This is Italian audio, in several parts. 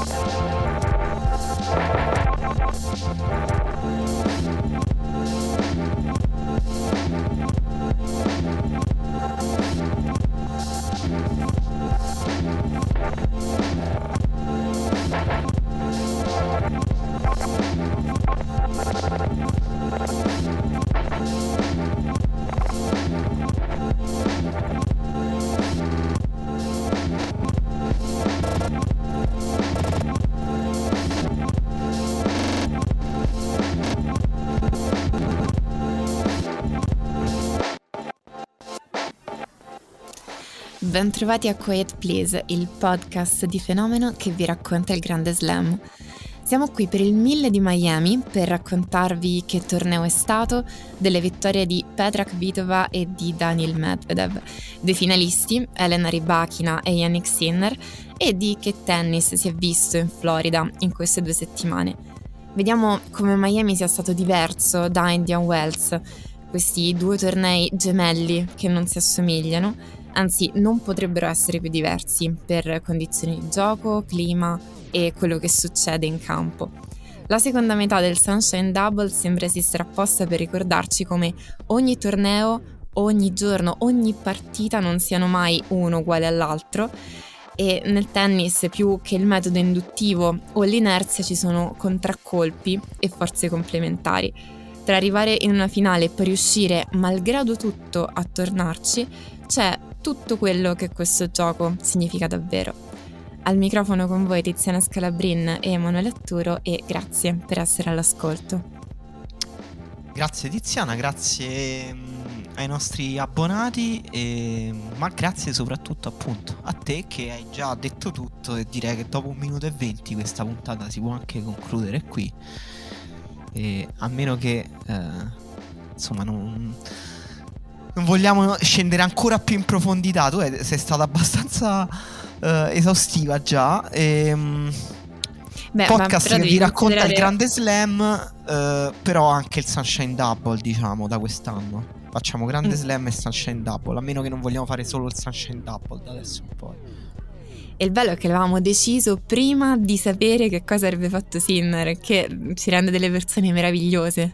Bentrovati a Quiet Please, il podcast di Fenomeno che vi racconta il Grande Slam. Siamo qui per il 1000 di Miami per raccontarvi che torneo è stato, delle vittorie di Petra Kvitova e di Daniil Medvedev, dei finalisti Elena Rybakina e Jannik Sinner e di che tennis si è visto in Florida in queste 2 settimane. Vediamo come Miami sia stato diverso da Indian Wells, questi 2 tornei gemelli che non si assomigliano. Anzi, non potrebbero essere più diversi per condizioni di gioco, clima e quello che succede in campo. La seconda metà del Sunshine Double sembra esistere apposta per ricordarci come ogni torneo, ogni giorno, ogni partita non siano mai uno uguale all'altro, e nel tennis più che il metodo induttivo o l'inerzia ci sono contraccolpi e forze complementari. Per arrivare in una finale e poi riuscire, malgrado tutto, a tornarci, c'è tutto quello che questo gioco significa davvero. Al microfono con voi Tiziana Scalabrin e Emanuele Atturo, e grazie per essere all'ascolto. Grazie Tiziana, grazie ai nostri abbonati, ma grazie soprattutto appunto a te che hai già detto tutto, e direi che dopo 1 minuto e 20 questa puntata si può anche concludere qui, a meno che insomma non vogliamo scendere ancora più in profondità. Tu sei stata abbastanza esaustiva già. Podcast che vi racconta il Grande Slam, però anche il Sunshine Double, diciamo, da quest'anno. Facciamo Grande Slam e Sunshine Double, a meno che non vogliamo fare solo il Sunshine Double da adesso in poi. E il bello è che l'avevamo deciso prima di sapere che cosa avrebbe fatto Sinner, che ci rende delle persone meravigliose.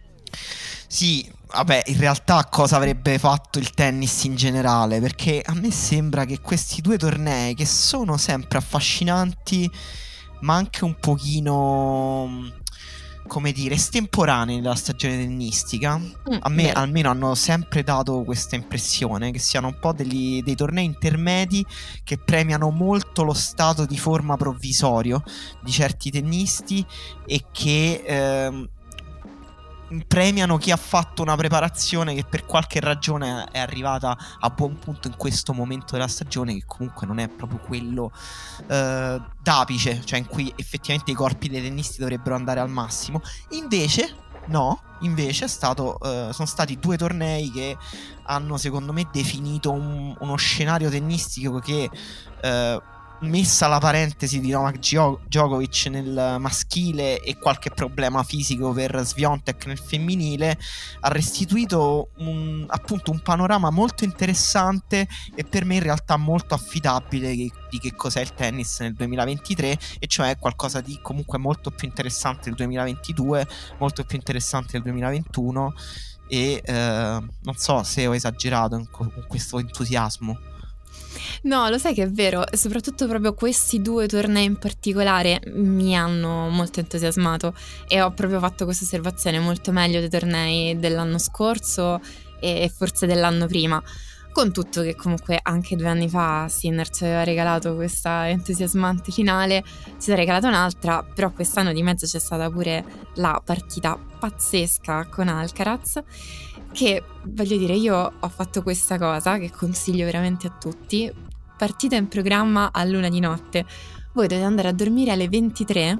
Sì, vabbè, in realtà cosa avrebbe fatto il tennis in generale? Perché a me sembra che questi 2 tornei, che sono sempre affascinanti, ma anche un pochino, come dire, estemporanei nella stagione tennistica, a me almeno hanno sempre dato questa impressione, che siano un po' dei tornei intermedi che premiano molto lo stato di forma provvisorio di certi tennisti e che premiano chi ha fatto una preparazione che per qualche ragione è arrivata a buon punto in questo momento della stagione, che comunque non è proprio quello d'apice, cioè in cui effettivamente i corpi dei tennisti dovrebbero andare al massimo. Invece è stato, sono stati 2 tornei che hanno secondo me definito uno scenario tennistico che, messa la parentesi di Novak Djokovic nel maschile e qualche problema fisico per Swiatek nel femminile, ha restituito appunto un panorama molto interessante e per me in realtà molto affidabile di che cos'è il tennis nel 2023, e cioè qualcosa di comunque molto più interessante del 2022, molto più interessante del 2021, e non so se ho esagerato con questo entusiasmo. No, lo sai che è vero, e soprattutto proprio questi 2 tornei in particolare mi hanno molto entusiasmato, e ho proprio fatto questa osservazione: molto meglio dei tornei dell'anno scorso e forse dell'anno prima, con tutto che comunque anche 2 anni fa Sinner ci aveva regalato questa entusiasmante finale, ci si è regalata un'altra, però quest'anno di mezzo c'è stata pure la partita pazzesca con Alcaraz, che voglio dire, io ho fatto questa cosa che consiglio veramente a tutti: partita in programma a 1 di notte, voi dovete andare a dormire alle 23,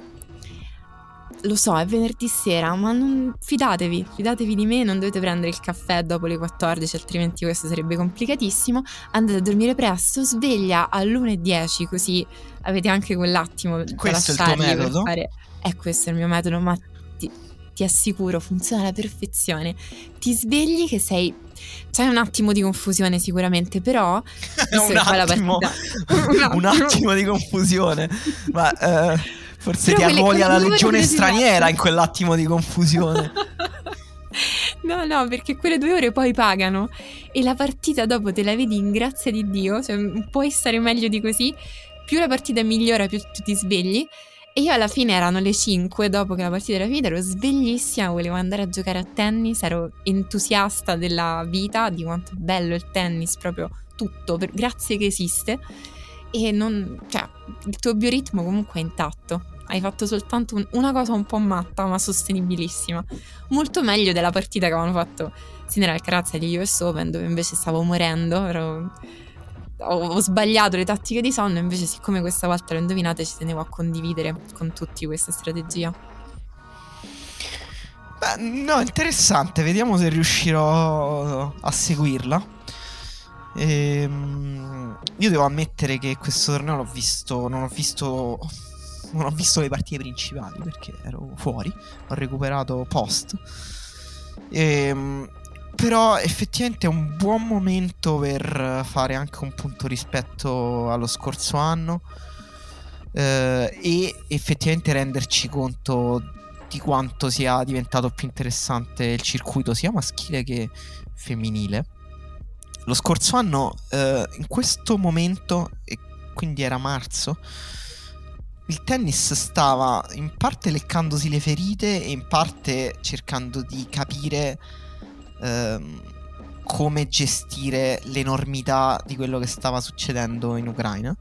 lo so è venerdì sera, ma non fidatevi di me, non dovete prendere il caffè dopo le 14, altrimenti questo sarebbe complicatissimo. Andate a dormire presto, sveglia all'1:10, così avete anche quell'attimo da questo è il tuo lasciargli per metodo? fare. Questo è il mio metodo, ma ti ti assicuro funziona alla perfezione. Ti svegli che c'hai un attimo di confusione sicuramente, però un attimo di confusione, ma forse però ti arruoli alla legione straniera in quell'attimo di confusione. No, perché quelle 2 ore poi pagano e la partita dopo te la vedi in grazia di Dio, cioè puoi stare meglio di così, più la partita migliora più tu ti svegli. E io alla fine erano le 5 dopo che la partita era finita, ero sveglissima, volevo andare a giocare a tennis, ero entusiasta della vita, di quanto è bello il tennis, proprio tutto, grazie che esiste. E il tuo bioritmo comunque è intatto. Hai fatto soltanto una cosa un po' matta ma sostenibilissima, molto meglio della partita che avevano fatto Sinner Alcaraz agli US Open, dove invece stavo morendo, ho sbagliato le tattiche di sonno, invece siccome questa volta l'ho indovinata ci tenevo a condividere con tutti questa strategia. Beh, no, interessante, vediamo se riuscirò a seguirla. Io devo ammettere che questo torneo non ho visto le partite principali perché ero fuori, ho recuperato post. Però effettivamente è un buon momento per fare anche un punto rispetto allo scorso anno, e effettivamente renderci conto di quanto sia diventato più interessante il circuito sia maschile che femminile. Lo scorso anno, in questo momento, e quindi era marzo, il tennis stava in parte leccandosi le ferite e in parte cercando di capire come gestire l'enormità di quello che stava succedendo in Ucraina.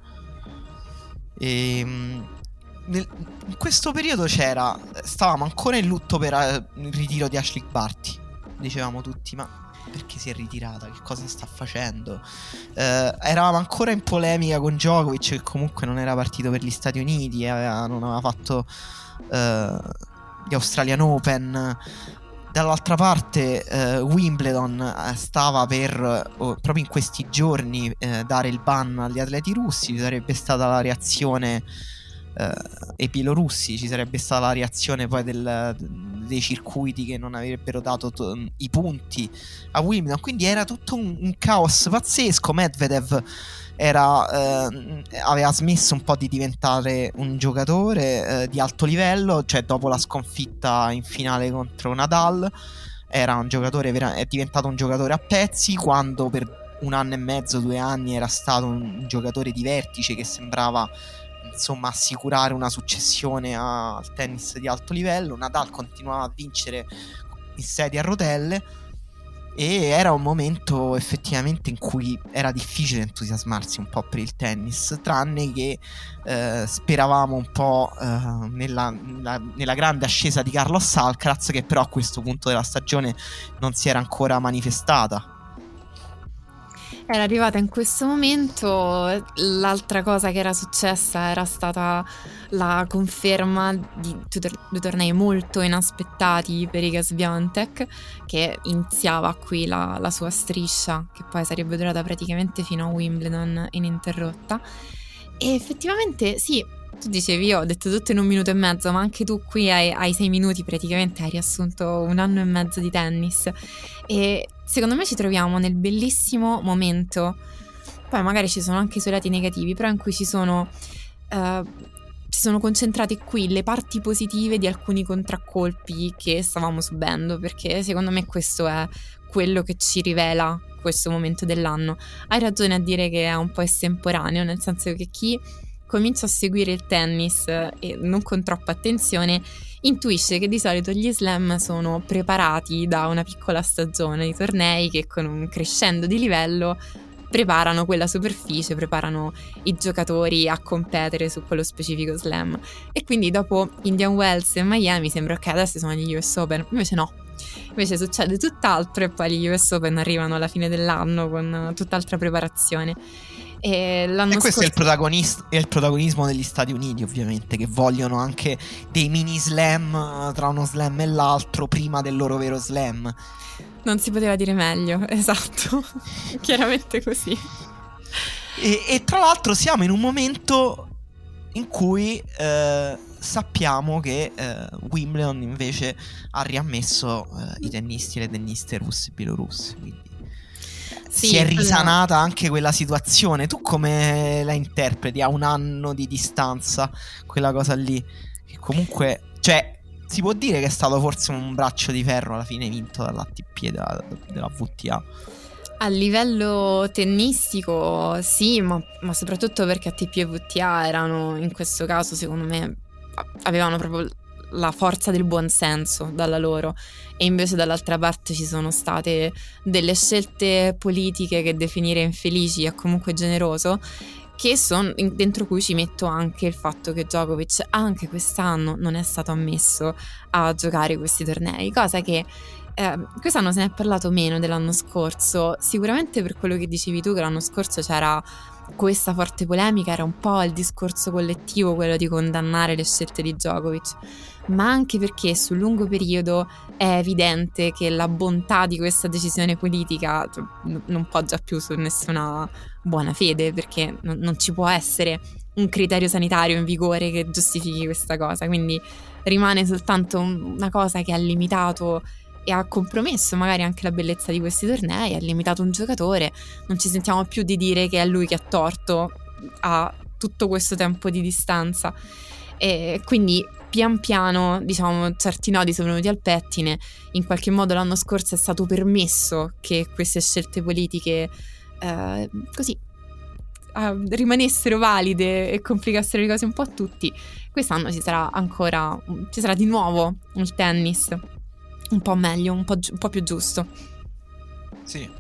In questo periodo stavamo ancora in lutto per il ritiro di Ashleigh Barty. Dicevamo tutti: ma perché si è ritirata? Che cosa sta facendo? Eravamo ancora in polemica con Djokovic, che comunque non era partito per gli Stati Uniti, non aveva fatto gli Australian Open. Dall'altra parte Wimbledon stava per proprio in questi giorni dare il ban agli atleti russi. Ci sarebbe stata la reazione e bielorussi, ci sarebbe stata la reazione poi dei circuiti che non avrebbero dato i punti a Wimbledon, quindi era tutto un caos pazzesco. Medvedev aveva smesso un po' di diventare un giocatore di alto livello, cioè dopo la sconfitta in finale contro Nadal era un giocatore è diventato un giocatore a pezzi, quando per 1 anno e mezzo, 2 anni era stato un giocatore di vertice che sembrava insomma assicurare una successione al tennis di alto livello. Nadal continuava a vincere in sedia a rotelle e era un momento effettivamente in cui era difficile entusiasmarsi un po' per il tennis, tranne che speravamo un po' nella grande ascesa di Carlos Alcaraz, che però a questo punto della stagione non si era ancora manifestata. Era arrivata in questo momento. L'altra cosa che era successa era stata la conferma di 2 tornei molto inaspettati per Iga Swiatek, che iniziava qui la sua striscia, che poi sarebbe durata praticamente fino a Wimbledon ininterrotta. E effettivamente sì, tu dicevi, io ho detto tutto in 1 minuto e mezzo, ma anche tu qui hai 6 minuti praticamente hai riassunto 1 anno e mezzo di tennis. E secondo me ci troviamo nel bellissimo momento, poi magari ci sono anche i suoi lati negativi, però in cui si sono concentrate qui le parti positive di alcuni contraccolpi che stavamo subendo, perché secondo me questo è quello che ci rivela questo momento dell'anno. Hai ragione a dire che è un po' estemporaneo, nel senso che chi comincia a seguire il tennis e non con troppa attenzione intuisce che di solito gli slam sono preparati da una piccola stagione di tornei che con un crescendo di livello preparano quella superficie, preparano i giocatori a competere su quello specifico slam. E quindi dopo Indian Wells e Miami sembra ok, adesso sono gli US Open, invece no. Invece succede tutt'altro e poi gli US Open arrivano alla fine dell'anno con tutt'altra preparazione. E questo è il protagonismo degli Stati Uniti, ovviamente, che vogliono anche dei mini slam tra uno slam e l'altro prima del loro vero slam. Non si poteva dire meglio, esatto. Chiaramente così. E tra l'altro siamo in un momento in cui sappiamo che Wimbledon invece ha riammesso i tennisti e le tenniste russe e bielorusse, quindi si è risanata anche quella situazione. Tu come la interpreti a un anno di distanza quella cosa lì? Che comunque, cioè, si può dire che è stato forse un braccio di ferro alla fine vinto dall'ATP e della WTA. A livello tennistico sì, ma soprattutto perché ATP e WTA erano, in questo caso secondo me, avevano proprio la forza del buon senso dalla loro, e invece dall'altra parte ci sono state delle scelte politiche che definire infelici è comunque generoso, che sono dentro cui ci metto anche il fatto che Djokovic anche quest'anno non è stato ammesso a giocare questi tornei, cosa che quest'anno se ne è parlato meno dell'anno scorso, sicuramente per quello che dicevi tu, che l'anno scorso c'era questa forte polemica, era un po' il discorso collettivo quello di condannare le scelte di Djokovic, ma anche perché sul lungo periodo è evidente che la bontà di questa decisione politica non poggia più su nessuna buona fede, perché non ci può essere un criterio sanitario in vigore che giustifichi questa cosa, quindi rimane soltanto una cosa che ha limitato e ha compromesso magari anche la bellezza di questi tornei, ha limitato un giocatore, non ci sentiamo più di dire che è lui che ha torto a tutto questo tempo di distanza, e quindi pian piano, diciamo, certi nodi sono venuti al pettine. In qualche modo l'anno scorso è stato permesso che queste scelte politiche così rimanessero valide e complicassero le cose un po' a tutti. Quest'anno ci sarà di nuovo il tennis un po' meglio, un po' più giusto. Sì.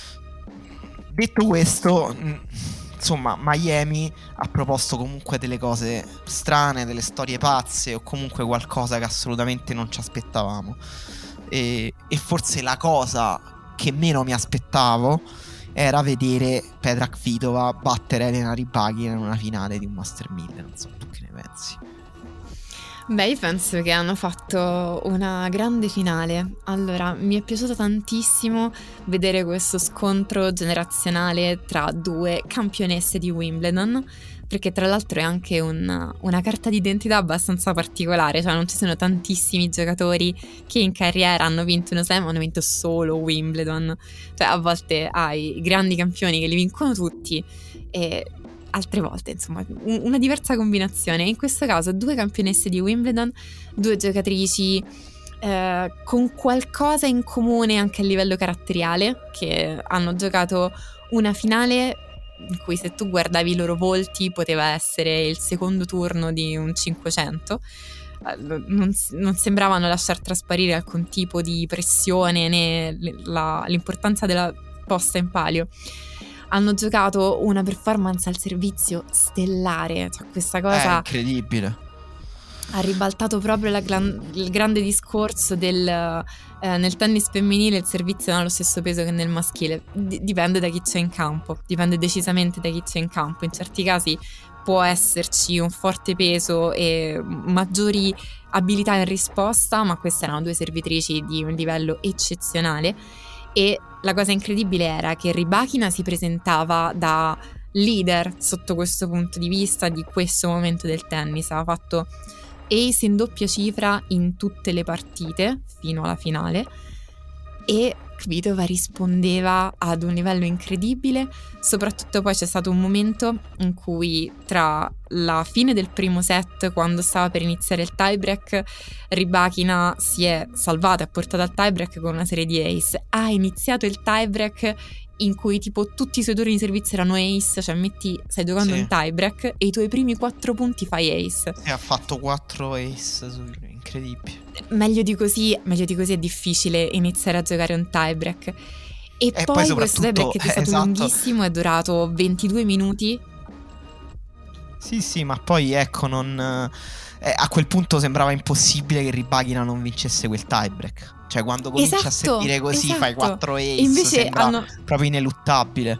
Detto questo, insomma, Miami ha proposto comunque delle cose strane, delle storie pazze, o comunque qualcosa che assolutamente non ci aspettavamo. E forse la cosa che meno mi aspettavo era vedere Petra Kvitova battere Elena Rybakina in una finale di un Master 1000. Non so, tu che ne pensi? Beh, io penso che hanno fatto una grande finale. Allora, mi è piaciuto tantissimo vedere questo scontro generazionale tra due campionesse di Wimbledon, perché tra l'altro è anche una carta d'identità abbastanza particolare, cioè non ci sono tantissimi giocatori che in carriera hanno vinto uno slam, hanno vinto solo Wimbledon. Cioè a volte hai i grandi campioni che li vincono tutti e altre volte, insomma, una diversa combinazione. In questo caso due campionesse di Wimbledon, due giocatrici con qualcosa in comune anche a livello caratteriale, che hanno giocato una finale in cui se tu guardavi i loro volti poteva essere il secondo turno di un 500. Non sembravano lasciar trasparire alcun tipo di pressione né l'importanza della posta in palio. Hanno giocato una performance al servizio stellare, cioè questa cosa incredibile. Ha ribaltato proprio il grande discorso del nel tennis femminile il servizio non ha lo stesso peso che nel maschile. Dipende da chi c'è in campo, dipende decisamente da chi c'è in campo. In certi casi può esserci un forte peso e maggiori abilità in risposta, ma queste erano due servitrici di un livello eccezionale. E la cosa incredibile era che Rybakina si presentava da leader sotto questo punto di vista di questo momento del tennis. Aveva fatto ace in doppia cifra in tutte le partite fino alla finale e Kvitova rispondeva ad un livello incredibile. Soprattutto poi c'è stato un momento in cui tra la fine del primo set, quando stava per iniziare il tiebreak, Rybakina si è salvata e portata al tiebreak con una serie di ace. Ha iniziato il tiebreak in cui tipo tutti i suoi turni di servizio erano ace, cioè stai giocando un tiebreak e i tuoi primi 4 punti fai ace. E ha fatto 4 ace, incredibile. Meglio di così è difficile iniziare a giocare un tiebreak. E poi questo tiebreak che è stato lunghissimo, è durato 22 minuti. Sì, ma poi ecco, a quel punto sembrava impossibile che Rybakina non vincesse quel tiebreak. Cioè quando cominci a servire così fai 4 ace, invece sembra proprio ineluttabile.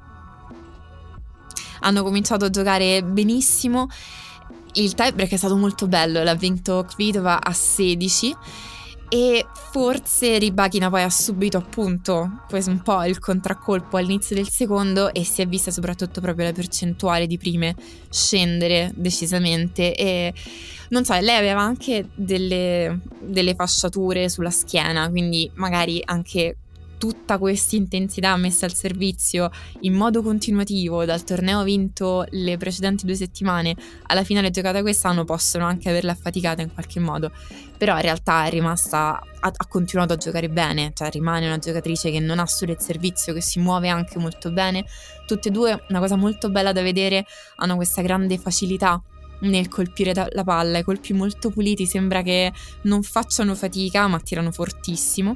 Hanno cominciato a giocare benissimo. Il tiebreak è stato molto bello, l'ha vinto Kvitova a 16 E forse Rybakina poi ha subito appunto preso un po' il contraccolpo all'inizio del secondo e si è vista soprattutto proprio la percentuale di prime scendere decisamente. E non so, lei aveva anche delle fasciature sulla schiena, quindi magari anche tutta questa intensità messa al servizio in modo continuativo dal torneo vinto le precedenti 2 settimane alla finale giocata quest'anno possono anche averla affaticata in qualche modo, però in realtà è rimasta, ha continuato a giocare bene, cioè rimane una giocatrice che non ha solo il servizio, che si muove anche molto bene. Tutte e due, una cosa molto bella da vedere, hanno questa grande facilità nel colpire la palla, i colpi molto puliti, sembra che non facciano fatica ma tirano fortissimo.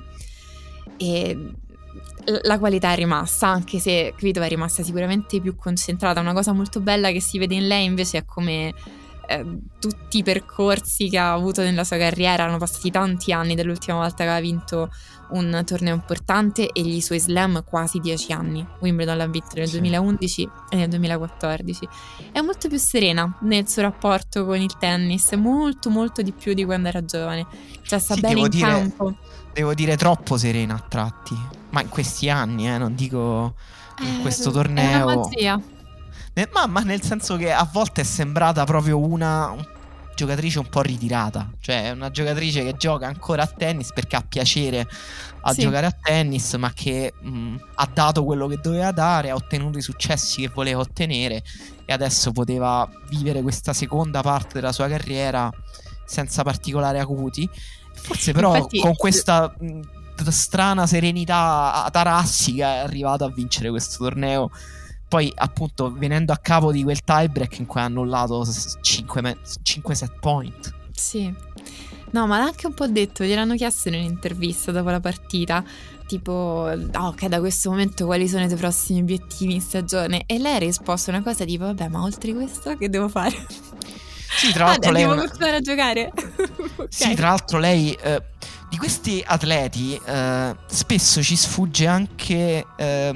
E la qualità è rimasta, anche se Kvitova è rimasta sicuramente più concentrata. Una cosa molto bella che si vede in lei invece è come tutti i percorsi che ha avuto nella sua carriera, erano passati tanti anni dall'ultima volta che aveva vinto un torneo importante e gli suoi slam quasi 10 anni. Wimbledon l'ha vinto nel 2011 e nel 2014. È molto più serena nel suo rapporto con il tennis, molto molto di più di quando era giovane, cioè sta bene in campo. Devo dire troppo serena a tratti, ma in questi anni, non dico in questo torneo. È una magia. Ma nel senso che a volte è sembrata proprio una giocatrice un po' ritirata, cioè una giocatrice che gioca ancora a tennis perché ha piacere a giocare a tennis, ma che ha dato quello che doveva dare, ha ottenuto i successi che voleva ottenere e adesso poteva vivere questa seconda parte della sua carriera senza particolari acuti. Forse però infatti, con questa strana serenità tarassica è arrivato a vincere questo torneo. Poi appunto venendo a capo di quel tiebreak in cui ha annullato 5 set point. Sì. No, ma l'ha anche un po' detto, gliel'hanno chiesto in un'intervista dopo la partita, tipo ok, da questo momento quali sono i tuoi prossimi obiettivi in stagione? E lei ha risposto una cosa tipo vabbè, ma oltre questo che devo fare? Sì, tra l'altro lei devo continuare a giocare. Okay. Sì, tra l'altro lei di questi atleti spesso ci sfugge anche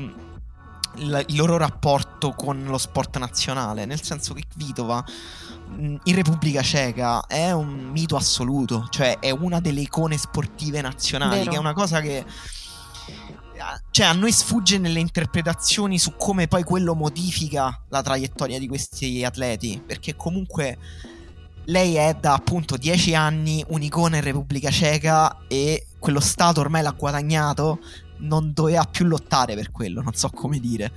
il loro rapporto con lo sport nazionale, nel senso che Kvitova in Repubblica Ceca è un mito assoluto, cioè è una delle icone sportive nazionali. Vero. Che è una cosa che cioè a noi sfugge nelle interpretazioni su come poi quello modifica la traiettoria di questi atleti, perché comunque lei è da appunto 10 anni un'icona in Repubblica Ceca e quello stato ormai l'ha guadagnato, non doveva più lottare per quello, non so come dire.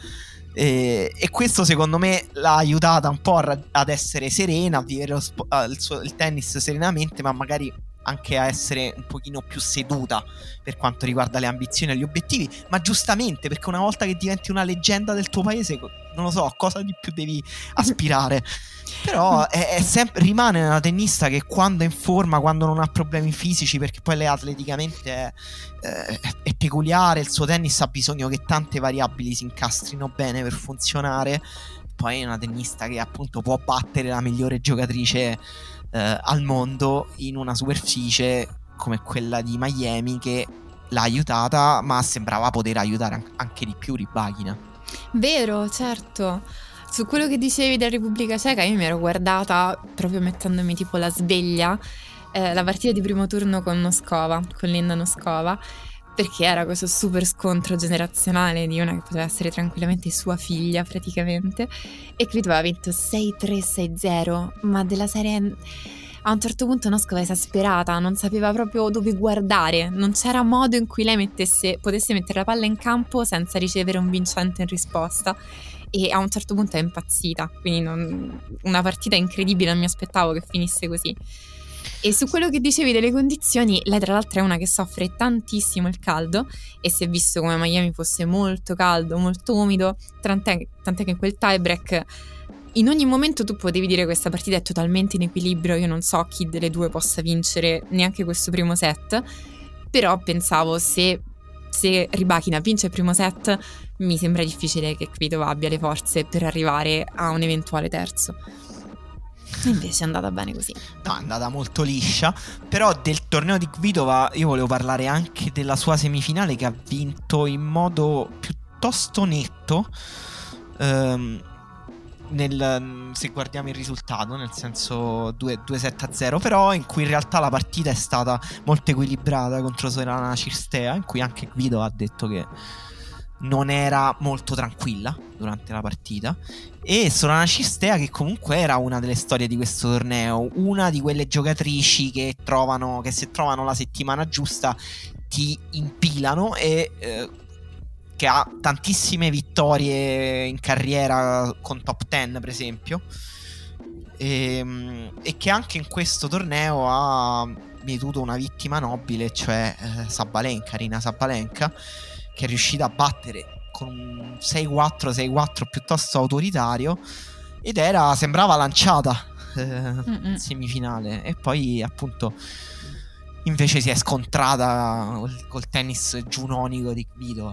E questo secondo me l'ha aiutata un po' ad essere serena, a vivere il tennis serenamente, ma magari anche a essere un pochino più seduta per quanto riguarda le ambizioni e gli obiettivi, ma giustamente, perché una volta che diventi una leggenda del tuo paese, non lo so, a cosa di più devi aspirare. Però è sempre, rimane una tennista che quando è in forma, quando non ha problemi fisici, perché poi lei atleticamente è peculiare, il suo tennis ha bisogno che tante variabili si incastrino bene per funzionare. Poi è una tennista che appunto può battere la migliore giocatrice al mondo in una superficie come quella di Miami, che l'ha aiutata, ma sembrava poter aiutare anche di più Rybakina. Vero, certo. Su quello che dicevi della Repubblica Ceca, io mi ero guardata proprio mettendomi tipo la sveglia la partita di primo turno con Noskova, con Linda Noskova, perché era questo super scontro generazionale di una che poteva essere tranquillamente sua figlia praticamente, e Kvitova aveva vinto 6-3, 6-0, ma della serie a un certo punto Noskova è esasperata, non sapeva proprio dove guardare, non c'era modo in cui lei potesse mettere la palla in campo senza ricevere un vincente in risposta, e a un certo punto è impazzita, quindi una partita incredibile, non mi aspettavo che finisse così. E su quello che dicevi delle condizioni, lei tra l'altro è una che soffre tantissimo il caldo e si è visto come Miami fosse molto caldo, molto umido, tant'è che in quel tiebreak in ogni momento tu potevi dire questa partita è totalmente in equilibrio, io non so chi delle due possa vincere neanche questo primo set, però pensavo se Rybakina vince il primo set mi sembra difficile che Kvitova abbia le forze per arrivare a un eventuale terzo. Invece è andata bene così. No, è andata molto liscia. Però del torneo di Kvitova io volevo parlare anche della sua semifinale, che ha vinto in modo piuttosto netto, se guardiamo il risultato, nel senso 2-7-0, però in cui in realtà la partita è stata molto equilibrata contro Sorana Cirstea, in cui anche Guido ha detto che non era molto tranquilla durante la partita. E Sorana Cirstea, che comunque era una delle storie di questo torneo, una di quelle giocatrici che se trovano la settimana giusta ti impilano, e che ha tantissime vittorie in carriera con top 10 per esempio, e che anche in questo torneo ha mietuto una vittima nobile, cioè Sabalenka, Aryna Sabalenka, che è riuscita a battere con un 6-4 piuttosto autoritario, ed sembrava lanciata in semifinale, e poi appunto invece si è scontrata col tennis giunonico di Kvitova.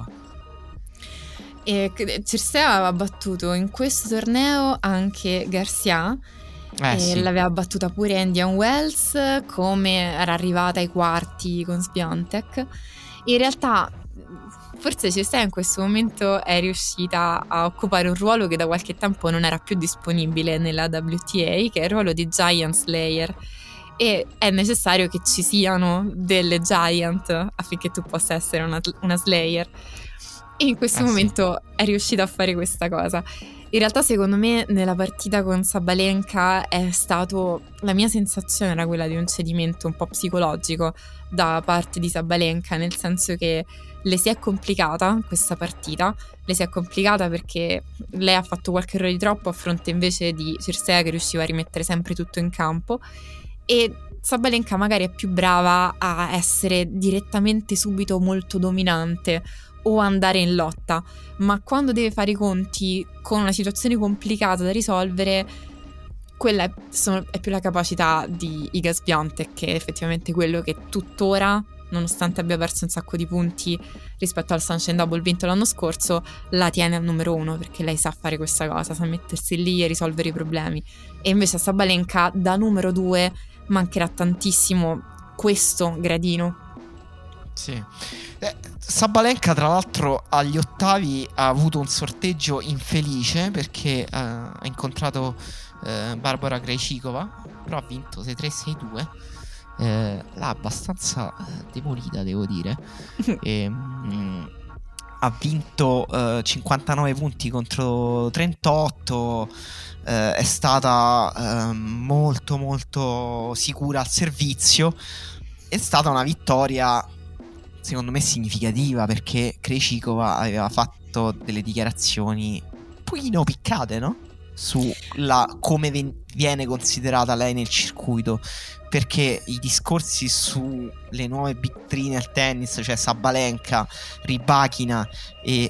E Cirstea aveva battuto in questo torneo anche Garcia, Sì. l'aveva battuta pure Indian Wells, come era arrivata ai quarti con Swiatek. In realtà forse Cirstea in questo momento è riuscita a occupare un ruolo che da qualche tempo non era più disponibile nella WTA, che è il ruolo di Giant Slayer, e è necessario che ci siano delle Giant affinché tu possa essere una Slayer. E in questo momento è riuscita a fare questa cosa. In realtà secondo me nella partita con Sabalenka la mia sensazione era quella di un cedimento un po' psicologico da parte di Sabalenka, nel senso che le si è complicata questa partita, le si è complicata perché lei ha fatto qualche errore di troppo a fronte invece di Cirstea, che riusciva a rimettere sempre tutto in campo, e Sabalenka magari è più brava a essere direttamente subito molto dominante o andare in lotta, ma quando deve fare i conti con una situazione complicata da risolvere, quella è più la capacità di Iga Swiatek, che è effettivamente quello che tuttora, nonostante abbia perso un sacco di punti rispetto al Sunshine Double vinto l'anno scorso, la tiene al numero 1, perché lei sa fare questa cosa, sa mettersi lì e risolvere i problemi. E invece a Sabalenka da numero 2 mancherà tantissimo questo gradino. Sì. Sabalenka tra l'altro agli ottavi ha avuto un sorteggio infelice, perché ha incontrato Barbora Krejcikova, però ha vinto 6-3, 6-2, l'ha abbastanza demolita, devo dire. Ha vinto 59 punti contro 38, è stata molto molto sicura al servizio. È stata una vittoria secondo me significativa, perché Krejcikova aveva fatto delle dichiarazioni un pochino piccate, no? Su come viene considerata lei nel circuito, perché i discorsi sulle nuove big three nel tennis, cioè Sabalenka, Rybakina e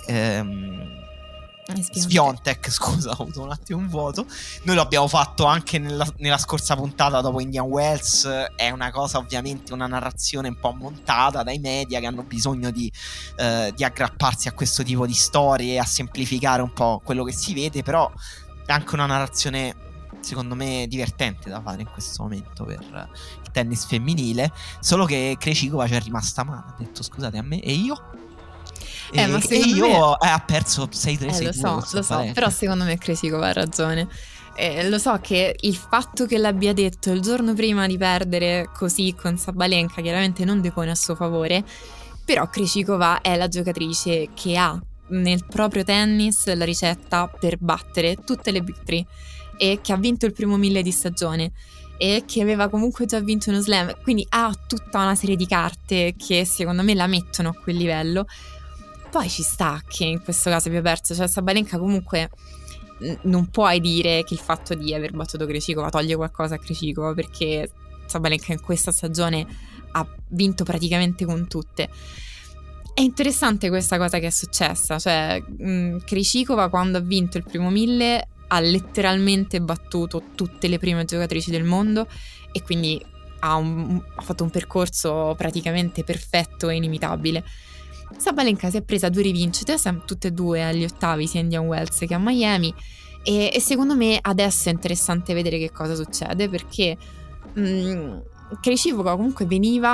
Swiatek, scusa, ho avuto un attimo un vuoto. Noi lo abbiamo fatto anche nella scorsa puntata dopo Indian Wells. È una cosa, ovviamente, una narrazione un po' montata dai media, che hanno bisogno di aggrapparsi a questo tipo di storie e a semplificare un po' quello che si vede, però è anche una narrazione secondo me divertente da fare in questo momento per il tennis femminile. Solo che Krejcikova ci è rimasta male, ha detto scusate a me e io? E io ha perso 6-3, lo so, però secondo me Krejcikova ha ragione. Lo so che il fatto che l'abbia detto il giorno prima di perdere così con Sabalenka chiaramente non depone a suo favore, però Krejcikova è la giocatrice che ha nel proprio tennis la ricetta per battere tutte le big three, e che ha vinto il primo 1000 di stagione e che aveva comunque già vinto uno slam, quindi ha tutta una serie di carte che secondo me la mettono a quel livello. Poi ci sta che in questo caso abbia perso, cioè Sabalenka comunque non puoi dire che il fatto di aver battuto Krejcikova toglie qualcosa a Krejcikova, perché Sabalenka in questa stagione ha vinto praticamente con tutte. È interessante questa cosa che è successa, cioè Krejcikova quando ha vinto il primo 1000 ha letteralmente battuto tutte le prime giocatrici del mondo, e quindi ha fatto un percorso praticamente perfetto e inimitabile. Sabalenka si è presa 2 rivincite, tutte e 2 agli ottavi, sia a Indian Wells che a Miami, e secondo me adesso è interessante vedere che cosa succede, perché Krejcikova comunque veniva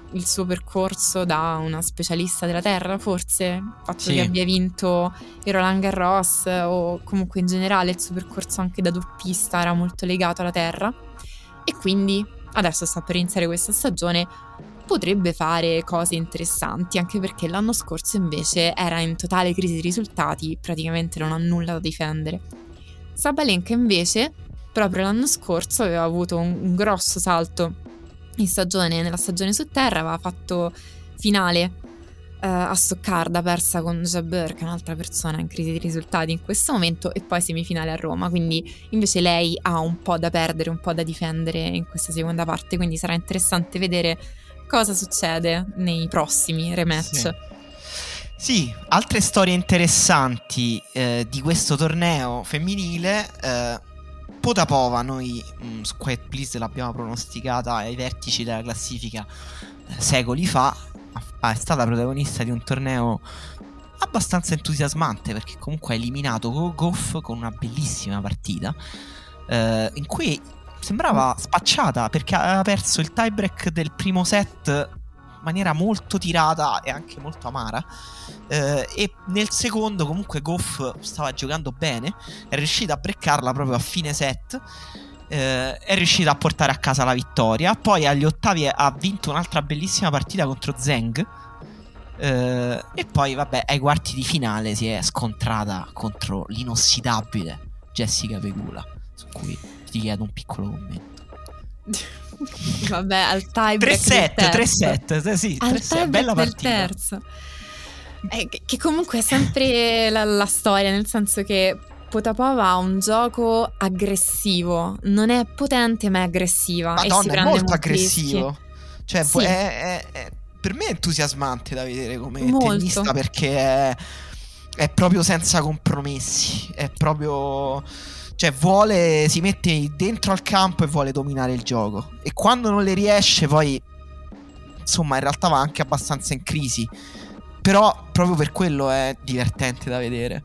il suo percorso da una specialista della terra, forse il fatto Sì. che abbia vinto il Roland Garros, o comunque in generale il suo percorso anche da doppista era molto legato alla terra, e quindi adesso sta per iniziare questa stagione, potrebbe fare cose interessanti, anche perché l'anno scorso invece era in totale crisi di risultati, praticamente non ha nulla da difendere. Sabalenka invece proprio l'anno scorso aveva avuto un grosso salto in stagione, nella stagione su terra, aveva fatto finale a Stoccarda, persa con Jabeur, che è un'altra persona in crisi di risultati in questo momento, e poi semifinale a Roma, quindi invece lei ha un po' da perdere, un po' da difendere in questa seconda parte, quindi sarà interessante vedere cosa succede nei prossimi rematch. Sì, altre storie interessanti di questo torneo femminile. Potapova, noi su Quiet Please l'abbiamo pronosticata ai vertici della classifica secoli fa, è stata protagonista di un torneo abbastanza entusiasmante, perché comunque ha eliminato Goff con una bellissima partita in cui sembrava spacciata, perché aveva perso il tiebreak del primo set in maniera molto tirata e anche molto amara, e nel secondo comunque Goff stava giocando bene, è riuscita a breccarla proprio a fine set, è riuscita a portare a casa la vittoria. Poi agli ottavi ha vinto un'altra bellissima partita contro Zheng, e poi vabbè ai quarti di finale si è scontrata contro l'inossidabile Jessica Pegula, su cui ti chiedo un piccolo commento. Vabbè, al tiebreak 3-7, sì, al 3-7, bella del partita. terzo. Che comunque è sempre la storia, nel senso che Potapova ha un gioco aggressivo, non è potente ma è aggressiva. Madonna, e si è prende molto molti aggressivo. rischi. Cioè, Sì. per me è entusiasmante da vedere come Molto. tennista, perché è proprio senza compromessi. È proprio, cioè, si mette dentro al campo e vuole dominare il gioco. E quando non le riesce, poi, insomma, in realtà va anche abbastanza in crisi. Però proprio per quello è divertente da vedere.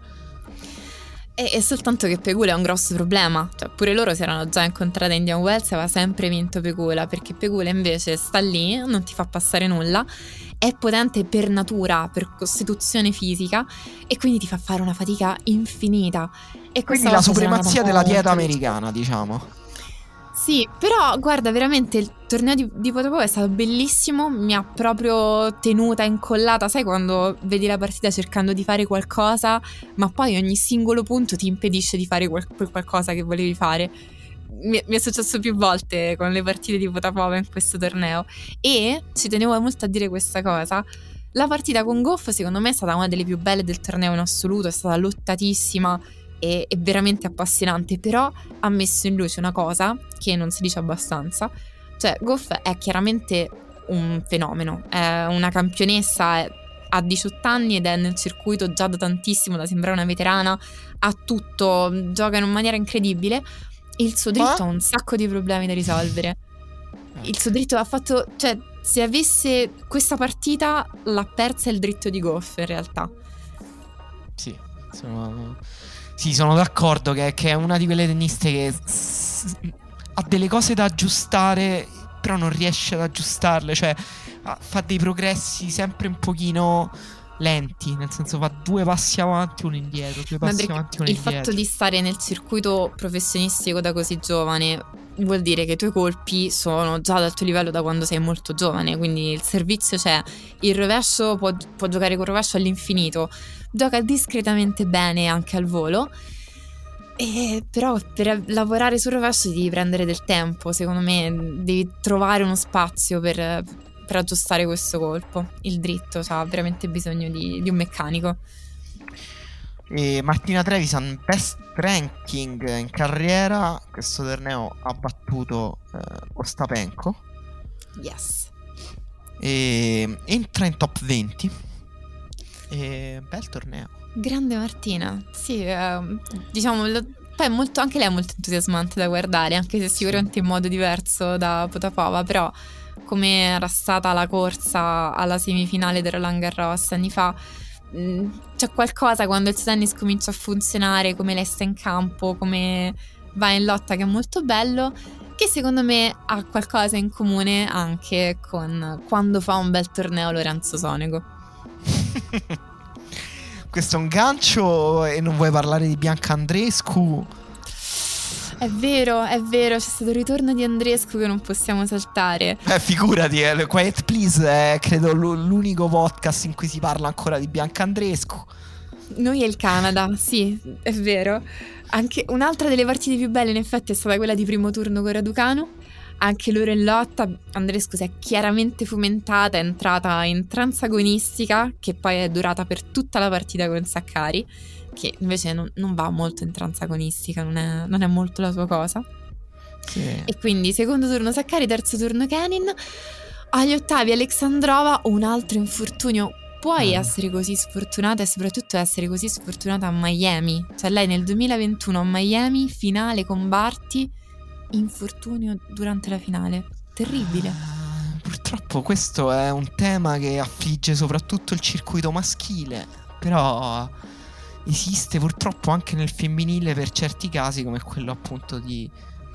E soltanto che Pegula è un grosso problema, cioè pure loro si erano già incontrate in Indian Wells e aveva sempre vinto Pegula, perché Pegula invece sta lì, non ti fa passare nulla, è potente per natura, per costituzione fisica, e quindi ti fa fare una fatica infinita. E quindi la supremazia della dieta americana, diciamo. Sì, però guarda, veramente il torneo di Potapova è stato bellissimo, mi ha proprio tenuta incollata, sai quando vedi la partita cercando di fare qualcosa, ma poi ogni singolo punto ti impedisce di fare quel qualcosa che volevi fare. Mi è successo più volte con le partite di Potapova in questo torneo, e ci tenevo molto a dire questa cosa. La partita con Goff secondo me è stata una delle più belle del torneo in assoluto, è stata lottatissima e veramente appassionante, però ha messo in luce una cosa che non si dice abbastanza, cioè Goff è chiaramente un fenomeno, è una campionessa, ha 18 anni ed è nel circuito già da tantissimo, da sembrare una veterana, ha tutto, gioca in una maniera incredibile. Il suo dritto ha un sacco di problemi da risolvere. Il suo dritto ha fatto, cioè se avesse questa partita l'ha persa il dritto di Goff in realtà. Sì, sono d'accordo che è una di quelle tenniste che ha delle cose da aggiustare, però non riesce ad aggiustarle, cioè fa dei progressi sempre un pochino lenti, nel senso fa 2 passi avanti, uno indietro, 2 passi avanti, uno indietro. Il fatto di stare nel circuito professionistico da così giovane vuol dire che i tuoi colpi sono già dal tuo livello da quando sei molto giovane, quindi il servizio c'è, il rovescio può giocare col rovescio all'infinito, gioca discretamente bene anche al volo, però per lavorare sul rovescio devi prendere del tempo, secondo me devi trovare uno spazio per aggiustare questo colpo. Il dritto ha veramente bisogno di un meccanico. E Martina Trevisan, best ranking in carriera, questo torneo ha battuto Ostapenko. Yes. E entra in top 20. E bel torneo. Grande Martina, sì, diciamo, poi molto, anche lei è molto entusiasmante da guardare, anche se sicuramente in modo diverso da Potapova, però come era stata la corsa alla semifinale del Roland Garros anni fa, c'è qualcosa quando il tennis comincia a funzionare, come lei sta in campo, come va in lotta, che è molto bello. che secondo me ha qualcosa in comune anche con quando fa un bel torneo Lorenzo Sonego. Questo è un gancio e non vuoi parlare di Bianca Andreescu? È vero, c'è stato il ritorno di Andreescu che non possiamo saltare. Figurati, Quiet Please è credo l'unico podcast in cui si parla ancora di Bianca Andreescu. Noi e il Canada, sì, è vero. Anche un'altra delle partite più belle in effetti è stata quella di primo turno con Raducanu. Anche loro in lotta, Andreescu si è chiaramente fomentata, è entrata in trance agonistica che poi è durata per tutta la partita con Saccari, che invece non va molto in trance agonistica, non è molto la sua cosa. Sì. E quindi secondo turno Saccari, terzo turno Kenin. Agli ottavi Alexandrova, un altro infortunio. Puoi essere così sfortunata e soprattutto essere così sfortunata a Miami. Cioè lei nel 2021 a Miami, finale con Barty, infortunio durante la finale. Terribile. Purtroppo questo è un tema che affligge soprattutto il circuito maschile, però esiste purtroppo anche nel femminile per certi casi, come quello appunto di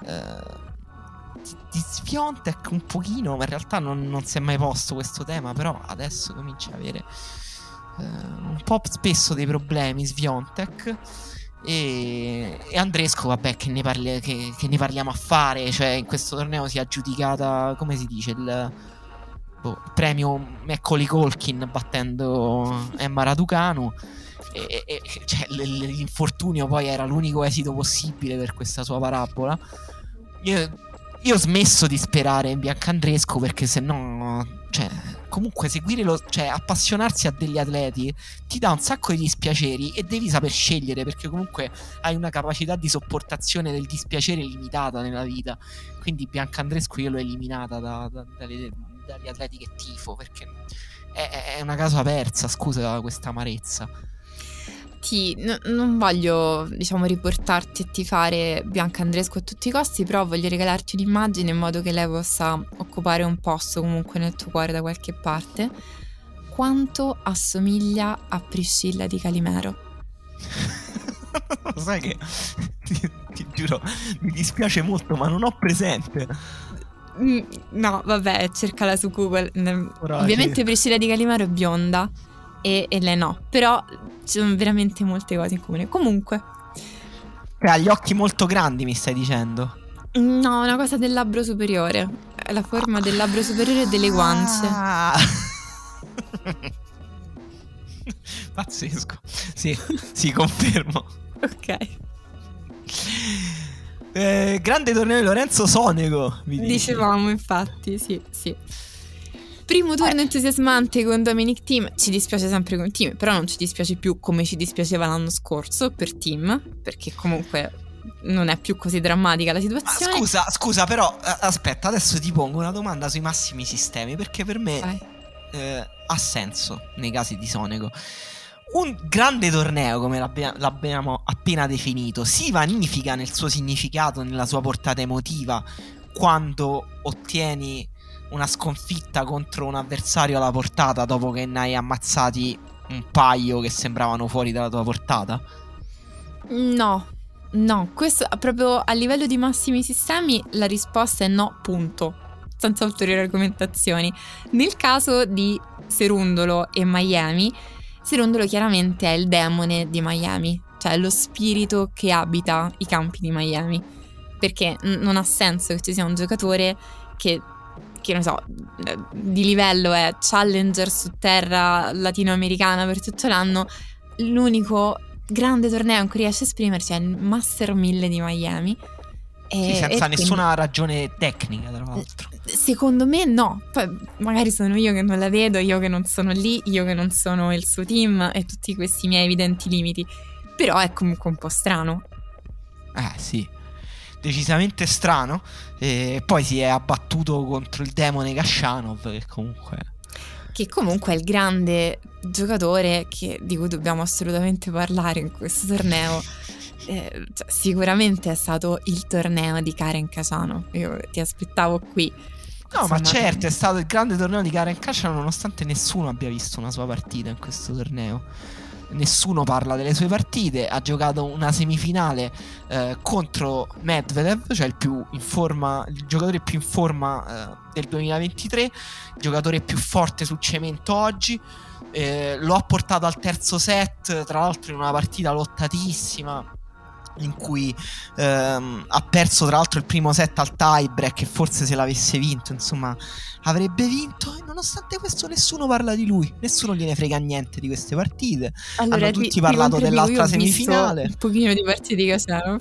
Swiatek un pochino, ma in realtà non si è mai posto questo tema, però adesso comincia a avere un po' spesso dei problemi Swiatek. E Andreescu, vabbè, che ne parliamo a fare, cioè in questo torneo si è aggiudicata, come si dice, il premio Macaulay Culkin battendo Emma Raducanu, e cioè, l'infortunio poi era l'unico esito possibile per questa sua parabola. Io ho smesso di sperare in Bianca Andreescu, perché se no, cioè, comunque seguire cioè appassionarsi a degli atleti ti dà un sacco di dispiaceri e devi saper scegliere, perché comunque hai una capacità di sopportazione del dispiacere limitata nella vita. Quindi Bianca Andreescu io l'ho eliminata dagli atleti che tifo, perché è una causa persa, scusa questa amarezza. Non voglio, diciamo, riportarti a tifare Bianca Andreescu a tutti i costi, però voglio regalarti un'immagine in modo che lei possa occupare un posto comunque nel tuo cuore da qualche parte. Quanto assomiglia a Priscilla Di Calimero? Lo sai che ti giuro, mi dispiace molto, ma non ho presente. No, vabbè, cercala su Google. Ora, ovviamente sì. Priscilla Di Calimero è bionda e lei no, però ci sono veramente molte cose in comune. Comunque ha gli occhi molto grandi, mi stai dicendo? no, una cosa del labbro superiore. È la forma del labbro superiore e delle guance. Pazzesco. Sì, confermo. Ok. Grande torneo di Lorenzo Sonego, Dicevamo, infatti, sì. Primo turno entusiasmante con Dominic Thiem. Ci dispiace sempre con Thiem, però non ci dispiace più come ci dispiaceva l'anno scorso per Thiem, perché comunque non è più così drammatica la situazione. Scusa, però aspetta, adesso ti pongo una domanda sui massimi sistemi, perché per me ha senso nei casi di Sonego. Un grande torneo come l'abbiamo appena definito si vanifica nel suo significato, nella sua portata emotiva, quando ottieni una sconfitta contro un avversario alla portata dopo che ne hai ammazzati un paio che sembravano fuori dalla tua portata? No, questo proprio a livello di massimi sistemi la risposta è no, punto, senza ulteriori argomentazioni. Nel caso di Cerundolo e Miami, Cerundolo chiaramente è il demone di Miami, cioè lo spirito che abita i campi di Miami, perché non ha senso che ci sia un giocatore che non so, di livello è challenger su terra latinoamericana per tutto l'anno, l'unico grande torneo in cui riesce a esprimersi è il Master 1000 di Miami. Sì, senza nessuna ragione tecnica, tra l'altro. Secondo me no, poi magari sono io che non la vedo, io che non sono lì, io che non sono il suo team e tutti questi miei evidenti limiti, però è comunque un po' strano. Sì, decisamente strano. E poi si è abbattuto contro il demone Kashanov, che comunque è il grande giocatore di cui dobbiamo assolutamente parlare in questo torneo. Sicuramente è stato il torneo di Karen Khachanov. Io ti aspettavo qui. No, insomma, ma certo, è stato il grande torneo di Karen Khachanov, nonostante nessuno abbia visto una sua partita in questo torneo. nessuno parla delle sue partite. Ha giocato una semifinale contro Medvedev, cioè il giocatore più in forma del 2023, il giocatore più forte sul cemento oggi. Lo ha portato al terzo set, tra l'altro in una partita lottatissima, in cui ha perso tra l'altro il primo set al tie break, e forse se l'avesse vinto, insomma, avrebbe vinto. E nonostante questo nessuno parla di lui, nessuno gliene frega niente di queste partite. Allora, Hanno tutti parlato dell'altra semifinale. Un pochino di partite di Khachanov.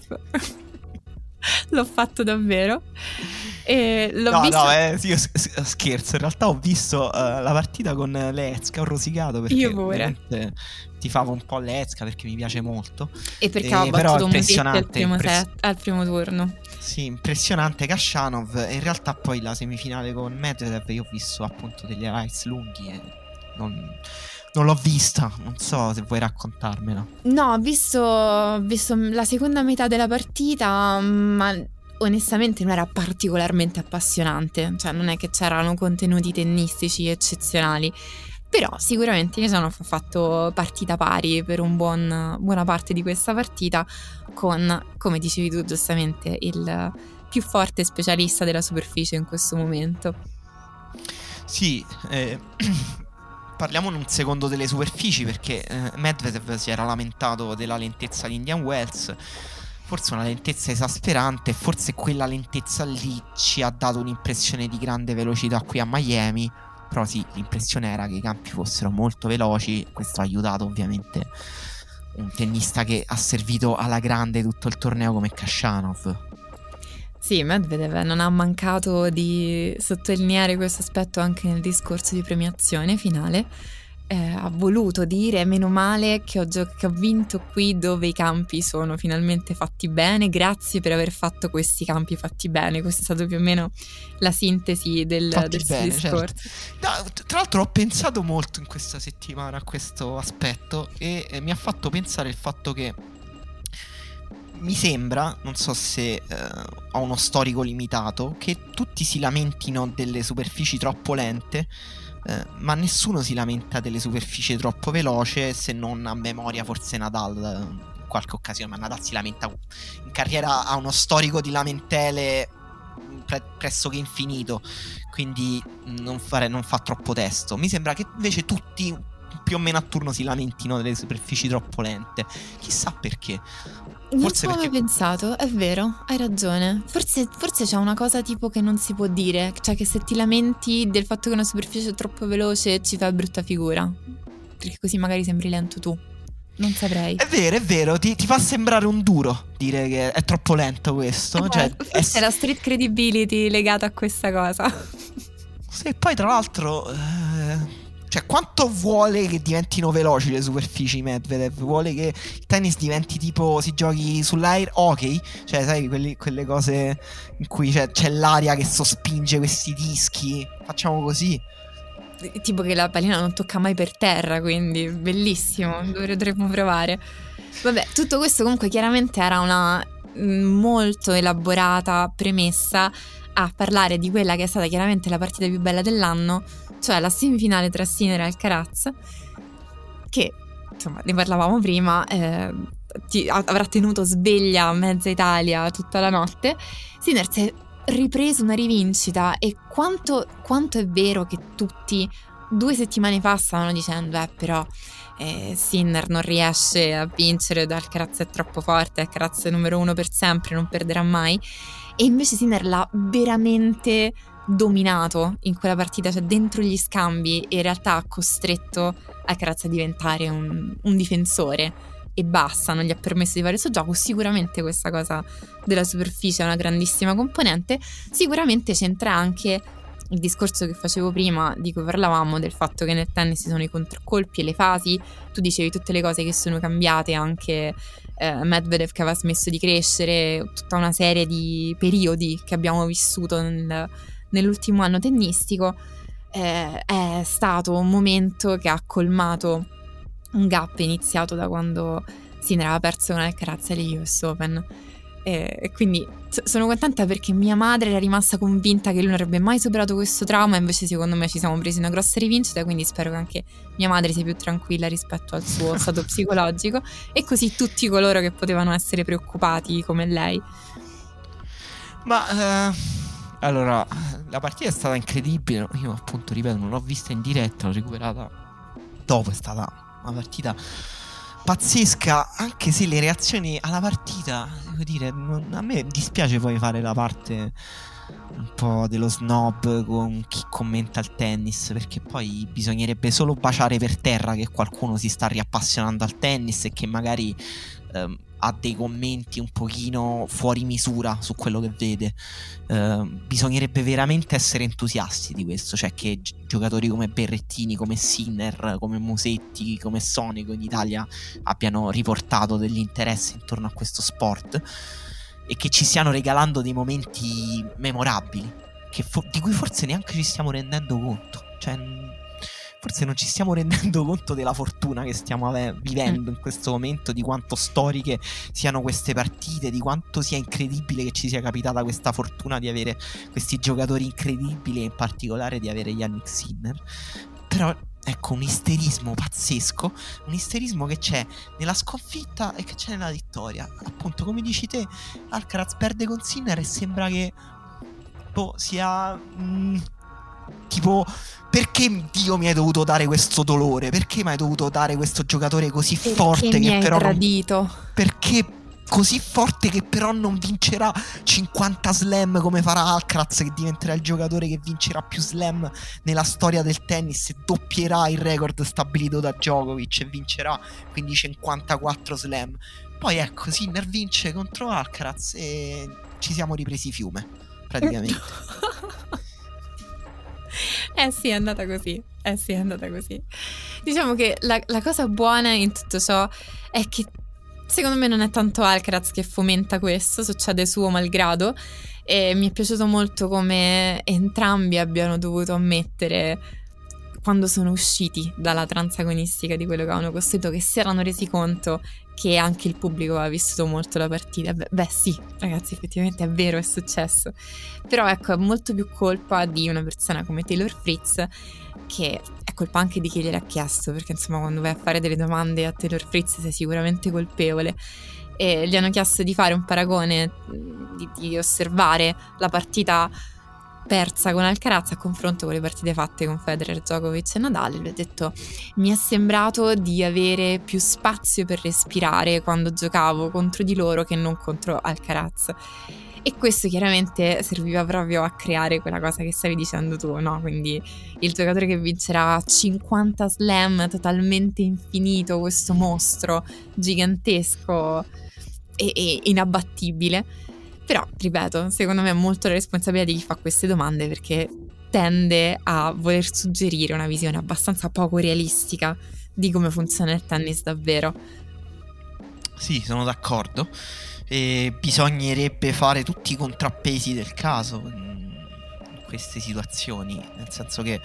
L'ho fatto davvero. E l'ho visto. No, sì, io scherzo. In realtà ho visto la partita con Lezka, ho rosicato perché io pure tifavo un po' Lezka perché mi piace molto. e perché ho battuto un Musetti al primo turno. Sì, impressionante Khachanov. E in realtà poi la semifinale con Medvedev io ho visto appunto degli highlights lunghi e non l'ho vista, non so se vuoi raccontarmela. No, ho visto la seconda metà della partita, ma onestamente non era particolarmente appassionante, cioè non è che c'erano contenuti tennistici eccezionali, però sicuramente Khachanov ha fatto partita pari per buona parte di questa partita con, come dicevi tu giustamente, il più forte specialista della superficie in questo momento. Sì, parliamo un secondo delle superfici, perché Medvedev si era lamentato della lentezza di Indian Wells. Forse una lentezza esasperante, forse quella lentezza lì ci ha dato un'impressione di grande velocità qui a Miami. Però sì, l'impressione era che i campi fossero molto veloci. Questo ha aiutato ovviamente un tennista che ha servito alla grande tutto il torneo come Khachanov. Sì, Medvedev non ha mancato di sottolineare questo aspetto anche nel discorso di premiazione finale. Ha voluto dire meno male che ho vinto qui dove i campi sono finalmente fatti bene, grazie per aver fatto questi campi fatti bene. Questa è stata più o meno la sintesi del suo discorso. Certo. No, tra l'altro ho pensato molto in questa settimana a questo aspetto e mi ha fatto pensare il fatto che mi sembra, non so se ho uno storico limitato, che tutti si lamentino delle superfici troppo lente, ma nessuno si lamenta delle superfici troppo veloce, se non a memoria forse Nadal in qualche occasione. Ma Nadal si lamenta in carriera, ha uno storico di lamentele pressoché infinito, quindi non fa troppo testo. Mi sembra che invece tutti più o meno a turno si lamentino delle superfici troppo lente, chissà perché. Non ci avevo mai pensato, è vero, hai ragione. Forse c'è una cosa tipo che non si può dire, cioè che se ti lamenti del fatto che una superficie è troppo veloce ci fai brutta figura, perché così magari sembri lento tu. Non saprei. È vero, ti fa sembrare un duro dire che è troppo lento questo. Cioè, forse è la street credibility legata a questa cosa. Sì, poi tra l'altro cioè, quanto vuole che diventino veloci le superfici Medvedev? Vuole che il tennis diventi tipo si giochi sull'air hockey? Cioè, sai, quelle cose in cui c'è l'aria che sospinge questi dischi. Facciamo così. Tipo che la pallina non tocca mai per terra, quindi bellissimo, dovremmo provare. Vabbè, tutto questo comunque chiaramente era una molto elaborata premessa a parlare di quella che è stata chiaramente la partita più bella dell'anno, cioè la semifinale tra Sinner e Alcaraz, che insomma ne parlavamo prima, avrà tenuto sveglia mezza Italia tutta la notte. Sinner si è ripreso una rivincita, e quanto è vero che tutti 2 settimane fa stavano dicendo però Sinner non riesce a vincere, Alcaraz è troppo forte, Alcaraz è numero 1 per sempre, non perderà mai. E invece Sinner l'ha veramente dominato in quella partita, cioè dentro gli scambi, e in realtà ha costretto Alcaraz a diventare un difensore e basta, non gli ha permesso di fare il suo gioco. Sicuramente questa cosa della superficie è una grandissima componente. Sicuramente c'entra anche il discorso che facevo prima, di cui parlavamo, del fatto che nel tennis ci sono i controcolpi e le fasi. Tu dicevi tutte le cose che sono cambiate, anche Medvedev che aveva smesso di crescere, tutta una serie di periodi che abbiamo vissuto nell'ultimo anno tennistico. È stato un momento che ha colmato un gap iniziato da quando Sinner aveva perso con Alcaraz agli US Open. E quindi sono contenta perché mia madre era rimasta convinta che lui non avrebbe mai superato questo trauma, invece secondo me ci siamo presi una grossa rivincita, quindi spero che anche mia madre sia più tranquilla rispetto al suo stato psicologico, e così tutti coloro che potevano essere preoccupati come lei. Ma allora, la partita è stata incredibile. Io appunto, ripeto, non l'ho vista in diretta, l'ho recuperata dopo. È stata una partita pazzesca, anche se le reazioni alla partita, devo dire, a me dispiace poi fare la parte un po' dello snob con chi commenta il tennis, perché poi bisognerebbe solo baciare per terra che qualcuno si sta riappassionando al tennis e che magari ha dei commenti un pochino fuori misura su quello che vede. Bisognerebbe veramente essere entusiasti di questo, cioè che giocatori come Berrettini, come Sinner, come Musetti, come Sonego in Italia abbiano riportato dell'interesse intorno a questo sport e che ci stiano regalando dei momenti memorabili di cui forse neanche ci stiamo rendendo conto. Cioè, forse non ci stiamo rendendo conto della fortuna che stiamo vivendo in questo momento, di quanto storiche siano queste partite, di quanto sia incredibile che ci sia capitata questa fortuna di avere questi giocatori incredibili, e in particolare di avere Jannik Sinner. Però ecco, un isterismo pazzesco, un isterismo che c'è nella sconfitta e che c'è nella vittoria. Appunto, come dici te, Alcaraz perde con Sinner e sembra che sia tipo, perché Dio mi hai dovuto dare questo dolore? Perché mi hai dovuto dare questo giocatore così forte che mi che hai però tradito? Perché così forte che però non vincerà 50 slam come farà Alcaraz, che diventerà il giocatore che vincerà più slam nella storia del tennis e doppierà il record stabilito da Djokovic e vincerà quindi 54 slam. Poi ecco, Sinner vince contro Alcaraz e ci siamo ripresi fiume praticamente. Sì, è andata così. Diciamo che la cosa buona in tutto ciò è che secondo me non è tanto Alcaraz che fomenta questo, succede suo malgrado, e mi è piaciuto molto come entrambi abbiano dovuto ammettere, quando sono usciti dalla trance agonistica di quello che avevano costruito, che si erano resi conto che anche il pubblico aveva vissuto molto la partita. Beh sì, ragazzi, effettivamente è vero, è successo. Però ecco, è molto più colpa di una persona come Taylor Fritz, che è colpa anche di chi gliel'ha chiesto, perché insomma quando vai a fare delle domande a Taylor Fritz sei sicuramente colpevole. E gli hanno chiesto di fare un paragone, di osservare la partita persa con Alcaraz a confronto con le partite fatte con Federer, Djokovic e Nadal. Lui ha detto: mi è sembrato di avere più spazio per respirare quando giocavo contro di loro che non contro Alcaraz. E questo chiaramente serviva proprio a creare quella cosa che stavi dicendo tu, no? Quindi il giocatore che vincerà 50 slam, totalmente infinito, questo mostro gigantesco e inabbattibile. Però, ripeto, secondo me è molto la responsabilità di chi fa queste domande, perché tende a voler suggerire una visione abbastanza poco realistica di come funziona il tennis davvero. Sì, sono d'accordo. E bisognerebbe fare tutti i contrappesi del caso in queste situazioni, nel senso che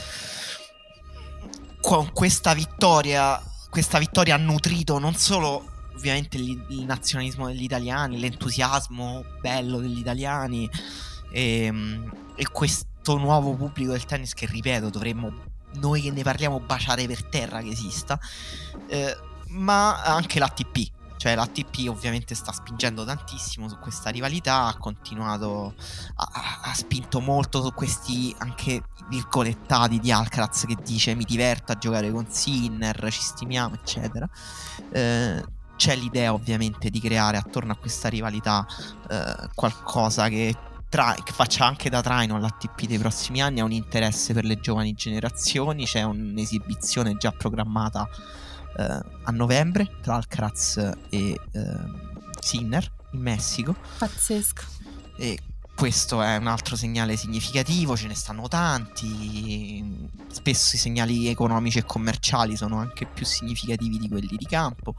con questa vittoria ha nutrito non solo ovviamente il nazionalismo degli italiani, l'entusiasmo bello degli italiani e questo nuovo pubblico del tennis che, ripeto, dovremmo, noi che ne parliamo, baciare per terra che esista, ma anche l'ATP. Cioè l'ATP ovviamente sta spingendo tantissimo su questa rivalità, ha continuato, ha spinto molto su questi anche virgolettati di Alcaraz che dice mi diverto a giocare con Sinner, ci stimiamo eccetera. C'è l'idea ovviamente di creare attorno a questa rivalità qualcosa che faccia anche da traino all'ATP dei prossimi anni, ha un interesse per le giovani generazioni, c'è un'esibizione già programmata a novembre tra Alcaraz e Sinner in Messico. Pazzesco. E questo è un altro segnale significativo, ce ne stanno tanti, spesso i segnali economici e commerciali sono anche più significativi di quelli di campo.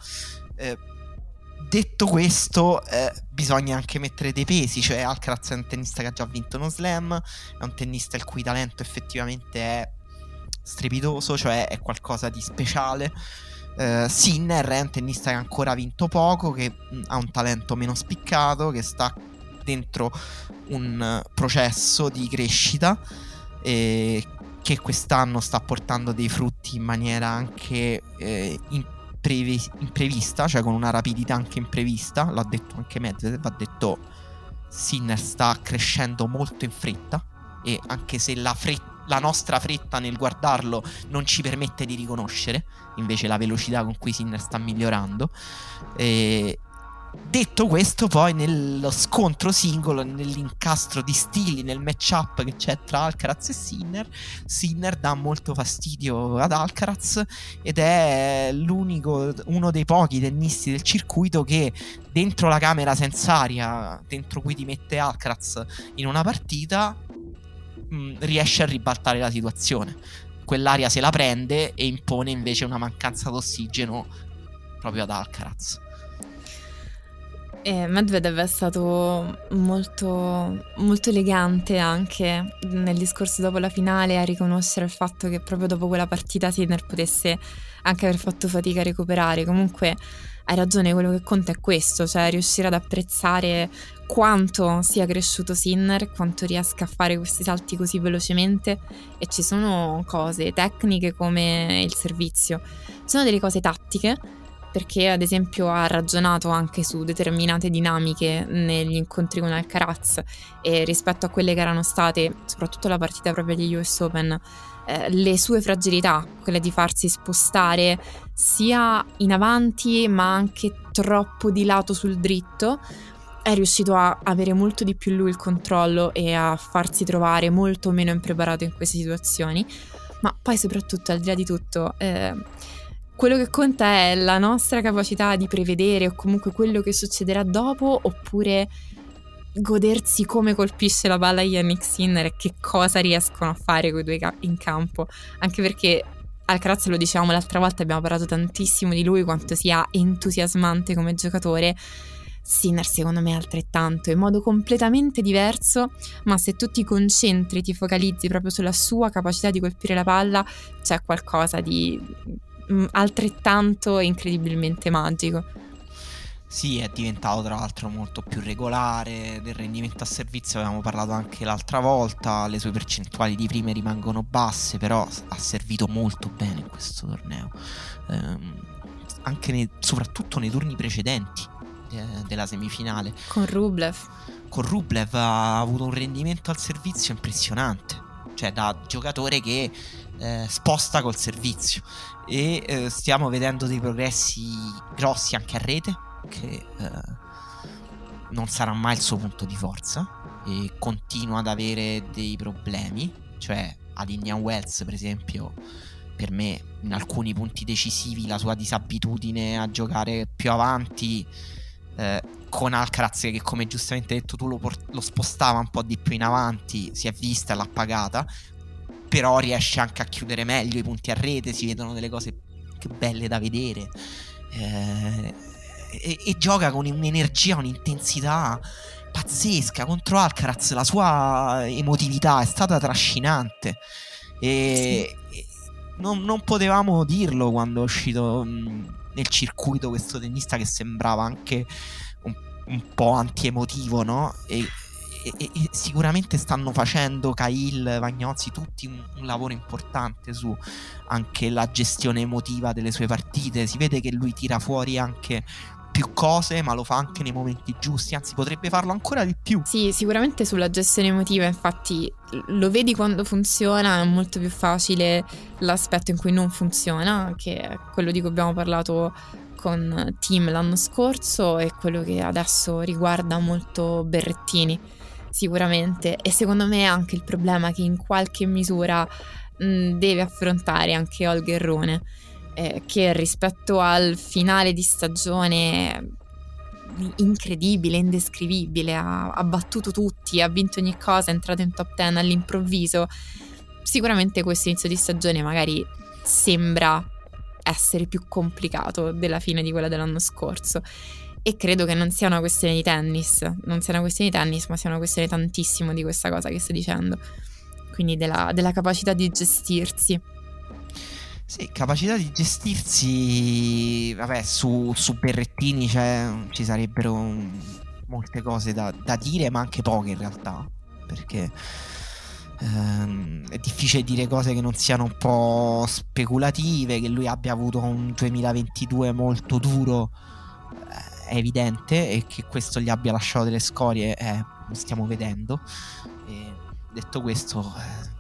Detto questo, bisogna anche mettere dei pesi, cioè Alcaraz è un tennista che ha già vinto uno slam, è un tennista il cui talento effettivamente è strepitoso, cioè è qualcosa di speciale. Sinner è un tennista che ancora ha vinto poco, che ha un talento meno spiccato, che sta dentro un processo di crescita e che quest'anno sta portando dei frutti in maniera anche imprevista, cioè con una rapidità anche imprevista. L'ha detto anche Medvedev, ha detto Sinner sta crescendo molto in fretta, e anche se la nostra fretta nel guardarlo non ci permette di riconoscere invece la velocità con cui Sinner sta migliorando. Detto questo, poi nello scontro singolo, nell'incastro di stili, nel matchup che c'è tra Alcaraz e Sinner dà molto fastidio ad Alcaraz, ed è uno dei pochi tennisti del circuito che dentro la camera senza aria, dentro cui ti mette Alcaraz in una partita, riesce a ribaltare la situazione. Quell'aria se la prende e impone invece una mancanza d'ossigeno proprio ad Alcaraz. Medvedev è stato molto, molto elegante anche nel discorso dopo la finale a riconoscere il fatto che proprio dopo quella partita Sinner potesse anche aver fatto fatica a recuperare. Comunque hai ragione, quello che conta è questo, cioè riuscire ad apprezzare quanto sia cresciuto Sinner, quanto riesca a fare questi salti così velocemente. E ci sono cose tecniche come il servizio, ci sono delle cose tattiche, perché ad esempio ha ragionato anche su determinate dinamiche negli incontri con Alcaraz, e rispetto a quelle che erano state soprattutto la partita proprio degli US Open, le sue fragilità, quelle di farsi spostare sia in avanti ma anche troppo di lato sul dritto, è riuscito a avere molto di più lui il controllo e a farsi trovare molto meno impreparato in queste situazioni. Ma poi soprattutto, al di là di tutto, quello che conta è la nostra capacità di prevedere o comunque quello che succederà dopo, oppure godersi come colpisce la palla Jannik Sinner e che cosa riescono a fare quei due in campo. Anche perché Alcaraz, lo dicevamo l'altra volta, abbiamo parlato tantissimo di lui, quanto sia entusiasmante come giocatore. Sinner secondo me è altrettanto, in modo completamente diverso, ma se tu ti concentri, ti focalizzi proprio sulla sua capacità di colpire la palla, c'è qualcosa di altrettanto incredibilmente magico. Sì, è diventato tra l'altro molto più regolare. Del rendimento a servizio avevamo parlato anche l'altra volta, le sue percentuali di prime rimangono basse, però ha servito molto bene in questo torneo, anche soprattutto nei turni precedenti della semifinale. Con Rublev ha avuto un rendimento al servizio impressionante, cioè da giocatore che sposta col servizio, e stiamo vedendo dei progressi grossi anche a rete, che non sarà mai il suo punto di forza e continua ad avere dei problemi. Cioè ad Indian Wells, per esempio, per me in alcuni punti decisivi la sua disabitudine a giocare più avanti, con Alcaraz che, come giustamente detto tu, lo spostava un po' di più in avanti, si è vista e l'ha pagata. Però riesce anche a chiudere meglio i punti a rete, si vedono delle cose che belle da vedere, e gioca con un'energia, un'intensità pazzesca contro Alcaraz. La sua emotività è stata trascinante, e non potevamo dirlo quando è uscito nel circuito questo tennista che sembrava anche un po' antiemotivo, no? E sicuramente stanno facendo Cahill, Vagnozzi, tutti un lavoro importante su anche la gestione emotiva delle sue partite. Si vede che lui tira fuori anche più cose, ma lo fa anche nei momenti giusti, anzi potrebbe farlo ancora di più. Sì, sicuramente sulla gestione emotiva, infatti lo vedi quando funziona, è molto più facile l'aspetto in cui non funziona, che è quello di cui abbiamo parlato con Tim l'anno scorso e quello che adesso riguarda molto Berrettini, sicuramente. E secondo me è anche il problema che in qualche misura deve affrontare anche Holger Rune, che rispetto al finale di stagione incredibile, indescrivibile, ha battuto tutti, ha vinto ogni cosa, è entrato in top 10 all'improvviso. Sicuramente questo inizio di stagione magari sembra essere più complicato della fine di quella dell'anno scorso, e credo che non sia una questione di tennis, ma sia una questione tantissimo di questa cosa che sto dicendo, quindi della capacità di gestirsi. Sì, capacità di gestirsi, vabbè, su Berrettini ci sarebbero molte cose da dire, ma anche poche in realtà, perché è difficile dire cose che non siano un po' speculative. Che lui abbia avuto un 2022 molto duro, è evidente, e che questo gli abbia lasciato delle scorie, lo stiamo vedendo. E detto questo,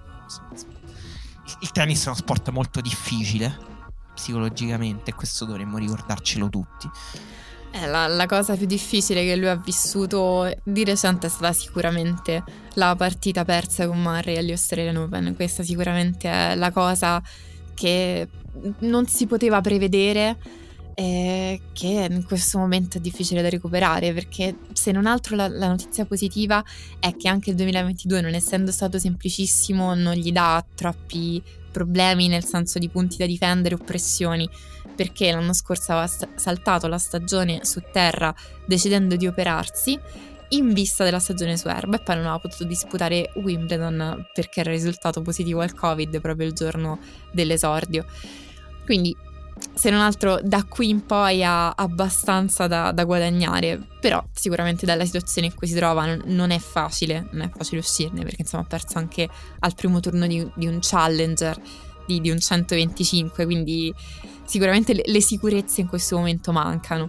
il tennis è uno sport molto difficile psicologicamente, e questo dovremmo ricordarcelo tutti. La cosa più difficile che lui ha vissuto di recente è stata sicuramente la partita persa con Murray agli Australian Open. Questa sicuramente è la cosa che non si poteva prevedere e che in questo momento è difficile da recuperare, perché se non altro la notizia positiva è che anche il 2022, non essendo stato semplicissimo, non gli dà troppi problemi nel senso di punti da difendere o pressioni, perché l'anno scorso aveva saltato la stagione su terra decidendo di operarsi in vista della stagione su erba, e poi non aveva potuto disputare Wimbledon perché era risultato positivo al Covid proprio il giorno dell'esordio. Quindi, se non altro, da qui in poi ha abbastanza da guadagnare, però sicuramente dalla situazione in cui si trova non è facile uscirne, perché insomma ha perso anche al primo turno di un challenger di un 125, quindi sicuramente le sicurezze in questo momento mancano.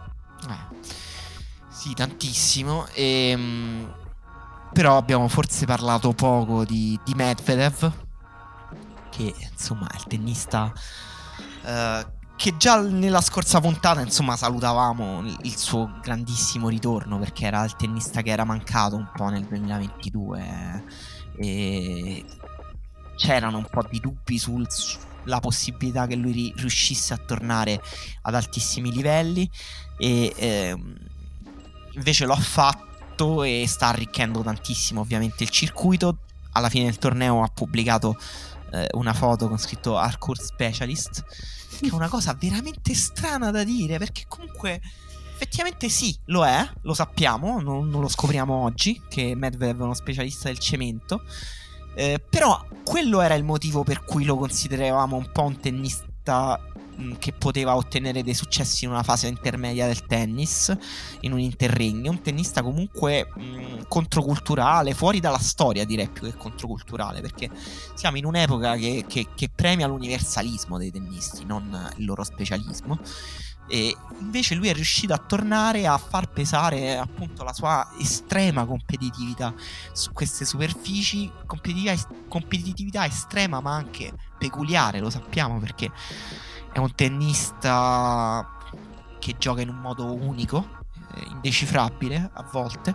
Sì, tantissimo. Però abbiamo forse parlato poco di Medvedev, che insomma è il tennista che già nella scorsa puntata insomma salutavamo il suo grandissimo ritorno, perché era il tennista che era mancato un po' nel 2022, e c'erano un po' di dubbi sulla possibilità che lui riuscisse a tornare ad altissimi livelli, e invece lo ha fatto e sta arricchendo tantissimo ovviamente il circuito. Alla fine del torneo ha pubblicato una foto con scritto Hardcore Specialist, che è una cosa veramente strana da dire, perché comunque effettivamente sì, lo è, lo sappiamo, non lo scopriamo oggi che Medvedev è uno specialista del cemento, però quello era il motivo per cui lo consideravamo un po' un tennista che poteva ottenere dei successi in una fase intermedia del tennis, in un interregno, un tennista comunque controculturale, fuori dalla storia, direi, più che controculturale, perché siamo in un'epoca che premia l'universalismo dei tennisti, non il loro specialismo, e invece lui è riuscito a tornare a far pesare appunto la sua estrema competitività su queste superfici, competitività estrema ma anche peculiare, lo sappiamo, perché è un tennista che gioca in un modo unico, indecifrabile a volte,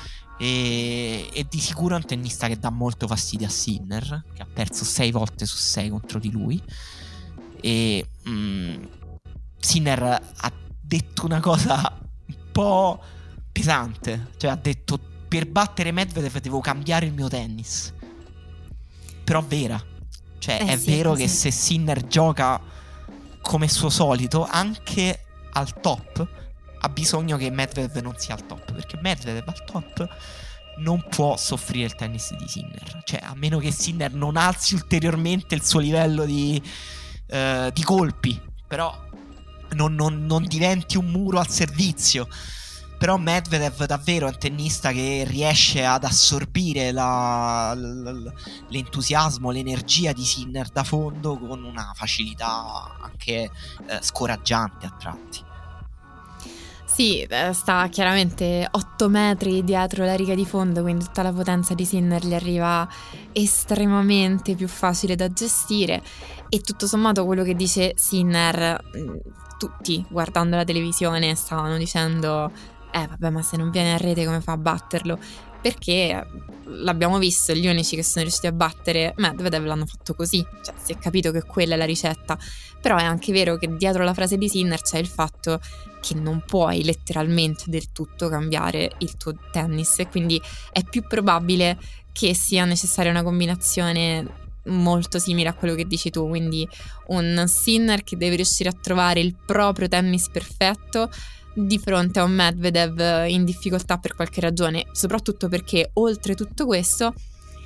e di sicuro è un tennista che dà molto fastidio a Sinner, che ha perso 6 volte su 6 contro di lui. E Sinner ha detto una cosa un po' pesante, cioè ha detto: per battere Medvedev devo cambiare il mio tennis. Però vera, cioè è sì, vero sì. che se Sinner gioca come suo solito anche al top, ha bisogno che Medvedev non sia al top, perché Medvedev al top non può soffrire il tennis di Sinner, cioè a meno che Sinner non alzi ulteriormente il suo livello di colpi, però non diventi un muro al servizio. Però Medvedev davvero è un tennista che riesce ad assorbire l'entusiasmo, l'energia di Sinner da fondo con una facilità anche scoraggiante a tratti. Sì, sta chiaramente 8 metri dietro la riga di fondo, quindi tutta la potenza di Sinner gli arriva estremamente più facile da gestire, e tutto sommato quello che dice Sinner, tutti guardando la televisione stavano dicendo vabbè, ma se non viene a rete come fa a batterlo? Perché l'abbiamo visto, gli unici che sono riusciti a battere Medvedev l'hanno fatto così, cioè si è capito che quella è la ricetta. Però è anche vero che dietro la frase di Sinner c'è il fatto che non puoi letteralmente del tutto cambiare il tuo tennis, e quindi è più probabile che sia necessaria una combinazione molto simile a quello che dici tu, quindi un Sinner che deve riuscire a trovare il proprio tennis perfetto di fronte a un Medvedev in difficoltà per qualche ragione, soprattutto perché oltre tutto questo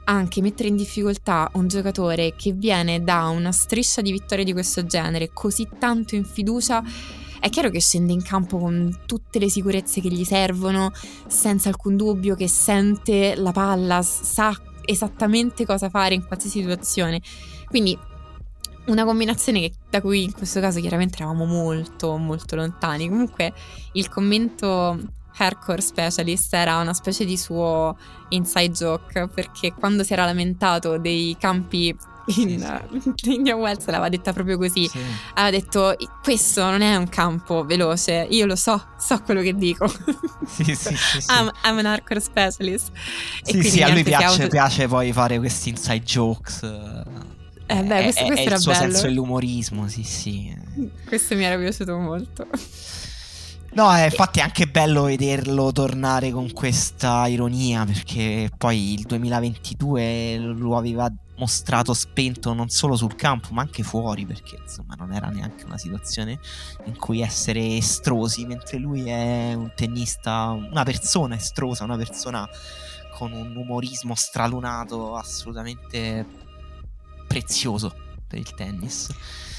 anche mettere in difficoltà un giocatore che viene da una striscia di vittorie di questo genere, così tanto in fiducia, è chiaro che scende in campo con tutte le sicurezze che gli servono, senza alcun dubbio, che sente la palla, sa esattamente cosa fare in qualsiasi situazione. Quindi una combinazione da cui in questo caso chiaramente eravamo molto molto lontani. Comunque il commento Hardcore Specialist era una specie di suo inside joke, perché quando si era lamentato dei campi in Indian Wells l'aveva detta proprio così. Aveva detto: questo non è un campo veloce, io lo so quello che dico. Sì. I'm an hardcore specialist. Sì, a lui piace poi fare questi inside jokes. Questo è era il suo bello. senso dell'umorismo, sì. Questo mi era piaciuto molto. No, infatti è anche bello vederlo tornare con questa ironia, perché poi il 2022 lo aveva mostrato spento non solo sul campo ma anche fuori, perché insomma non era neanche una situazione in cui essere estrosi, mentre lui è un tennista, una persona estrosa, una persona con un umorismo stralunato assolutamente prezioso per il tennis.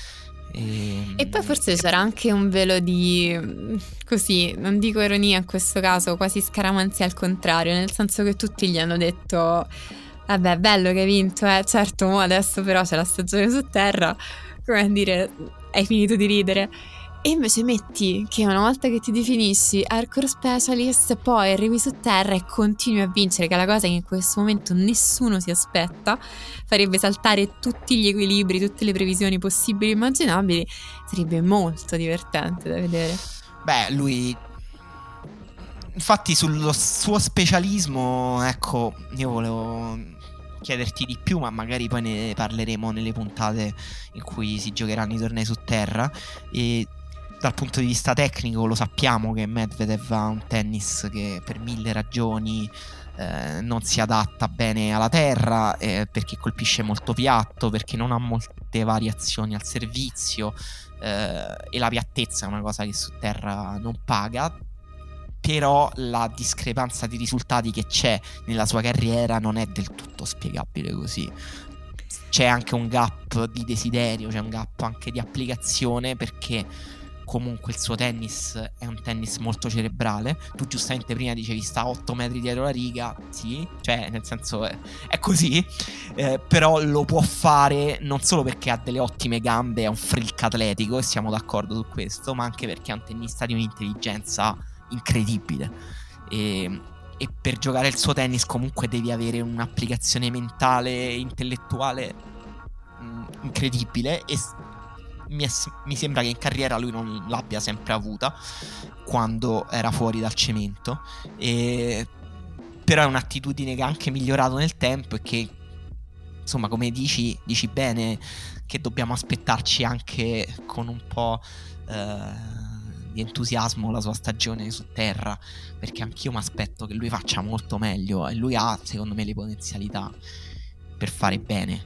E poi forse c'era anche un velo di, così, non dico ironia in questo caso, quasi scaramanzia al contrario, nel senso che tutti gli hanno detto: vabbè, bello che hai vinto, certo, mo adesso però c'è la stagione su terra, come a dire, hai finito di ridere. E invece metti che una volta che ti definisci hardcore specialist, poi arrivi su terra e continui a vincere, che è la cosa che in questo momento nessuno si aspetta, farebbe saltare tutti gli equilibri, tutte le previsioni possibili e immaginabili. Sarebbe molto divertente da vedere. Beh, lui, infatti, sullo suo specialismo, ecco, io volevo chiederti di più, ma magari poi ne parleremo nelle puntate in cui si giocheranno i tornei su terra. E dal punto di vista tecnico lo sappiamo che Medvedev ha un tennis che per 1000 ragioni non si adatta bene alla terra, perché colpisce molto piatto, perché non ha molte variazioni al servizio, e la piattezza è una cosa che su terra non paga. Però la discrepanza di risultati che c'è nella sua carriera non è del tutto spiegabile così. C'è anche un gap di desiderio, c'è un gap anche di applicazione, perché comunque il suo tennis è un tennis molto cerebrale. Tu giustamente prima dicevi sta a 8 metri dietro la riga. Sì, cioè nel senso è così, però lo può fare non solo perché ha delle ottime gambe, è un freak atletico e siamo d'accordo su questo, ma anche perché è un tennista di un'intelligenza incredibile. E per giocare il suo tennis comunque devi avere un'applicazione mentale e intellettuale incredibile, e mi sembra che in carriera lui non l'abbia sempre avuta quando era fuori dal cemento, però è un'attitudine che ha anche migliorato nel tempo e che, insomma, come dici bene, che dobbiamo aspettarci anche con un po' di entusiasmo la sua stagione su terra, perché anch'io mi aspetto che lui faccia molto meglio e lui ha, secondo me, le potenzialità per fare bene.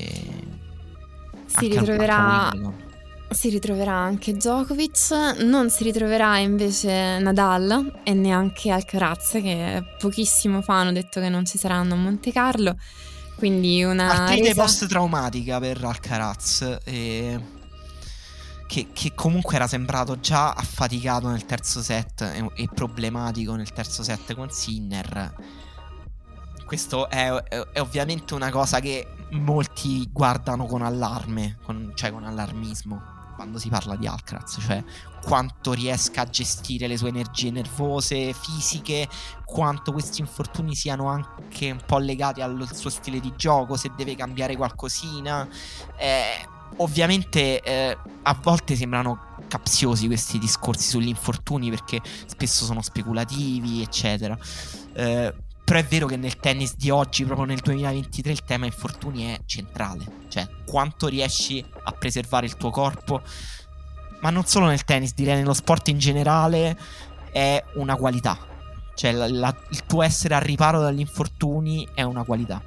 Si ritroverà anche Djokovic, non si ritroverà invece Nadal e neanche Alcaraz, che pochissimo fa hanno detto che non ci saranno a Monte Carlo, quindi una artrite post-traumatica per Alcaraz, che comunque era sembrato già affaticato nel terzo set e problematico nel terzo set con Sinner. Questo è ovviamente una cosa che molti guardano con allarme, cioè con allarmismo, quando si parla di Alcaraz, cioè quanto riesca a gestire le sue energie nervose, fisiche, quanto questi infortuni siano anche un po' legati al suo stile di gioco, se deve cambiare qualcosina. Ovviamente a volte sembrano capziosi questi discorsi sugli infortuni, perché spesso sono speculativi, eccetera. Però è vero che nel tennis di oggi, proprio nel 2023, il tema infortuni è centrale. Cioè, quanto riesci a preservare il tuo corpo, ma non solo nel tennis, direi nello sport in generale, è una qualità. Cioè, il tuo essere al riparo dagli infortuni è una qualità.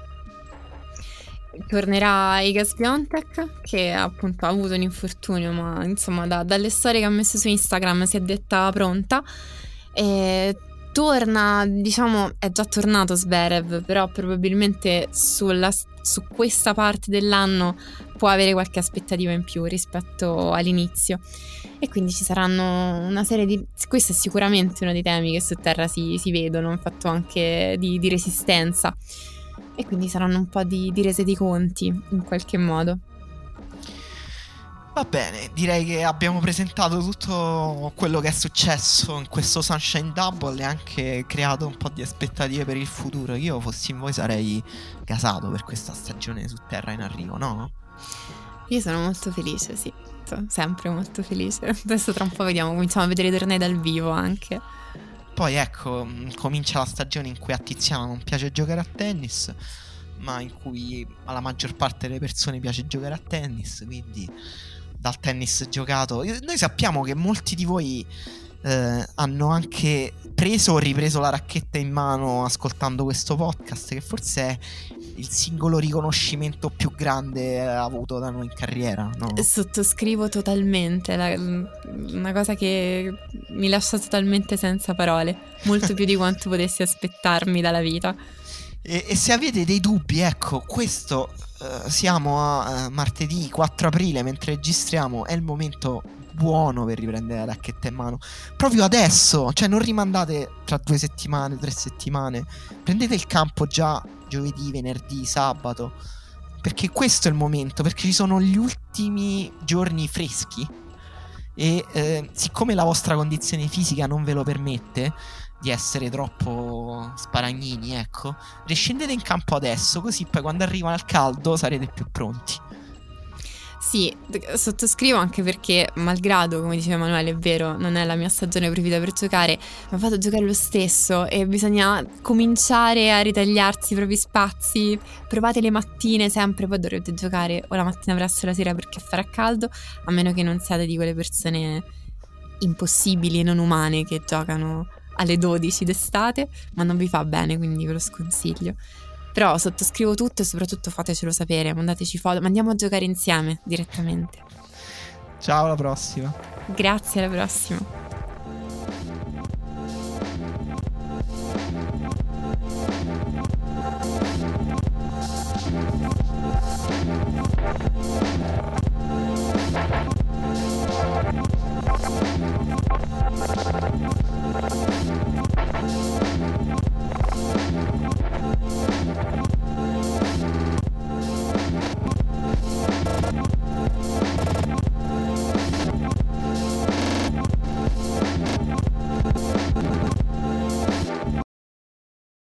Tornerà Iga Swiatek, che appunto ha avuto un infortunio, ma insomma dalle storie che ha messo su Instagram si è detta pronta. torna, diciamo, è già tornato Zverev, però probabilmente su questa parte dell'anno può avere qualche aspettativa in più rispetto all'inizio, e quindi ci saranno una serie di... Questo è sicuramente uno dei temi che su terra si vedono, un fatto anche di resistenza, e quindi saranno un po' di rese di conti in qualche modo. Va bene, direi che abbiamo presentato tutto quello che è successo in questo Sunshine Double e anche creato un po' di aspettative per il futuro. Io fossi in voi sarei gasato per questa stagione su terra in arrivo, no? Io sono molto felice, sì, sempre molto felice. Adesso tra un po' vediamo, cominciamo a vedere i tornei dal vivo anche. Poi ecco, comincia la stagione in cui a Tiziana non piace giocare a tennis, ma in cui alla maggior parte delle persone piace giocare a tennis, quindi dal tennis giocato. Noi sappiamo che molti di voi hanno anche preso o ripreso la racchetta in mano ascoltando questo podcast, che forse è il singolo riconoscimento più grande avuto da noi in carriera, no? Sottoscrivo totalmente, una cosa che mi lascia totalmente senza parole, molto più di quanto potessi aspettarmi dalla vita. E se avete dei dubbi, ecco, questo siamo a martedì 4 aprile mentre registriamo, è il momento buono per riprendere la racchetta in mano proprio adesso, cioè non rimandate tra 2 settimane, 3 settimane, prendete il campo già giovedì, venerdì, sabato, perché questo è il momento, perché ci sono gli ultimi giorni freschi e siccome la vostra condizione fisica non ve lo permette di essere troppo sparagnini, ecco, riscendete in campo adesso, così poi quando arriva il caldo sarete più pronti. Sì, sottoscrivo, anche perché malgrado, come diceva Emanuele, è vero, non è la mia stagione preferita per giocare, ma vado a giocare lo stesso e bisogna cominciare a ritagliarsi i propri spazi. Provate le mattine sempre, poi dovrete giocare o la mattina presto o la sera perché farà caldo, a meno che non siate di quelle persone impossibili e non umane che giocano alle 12 d'estate, ma non vi fa bene, quindi ve lo sconsiglio. Però sottoscrivo tutto e soprattutto fatecelo sapere, mandateci foto, ma andiamo a giocare insieme direttamente. Ciao, alla prossima. Grazie, alla prossima.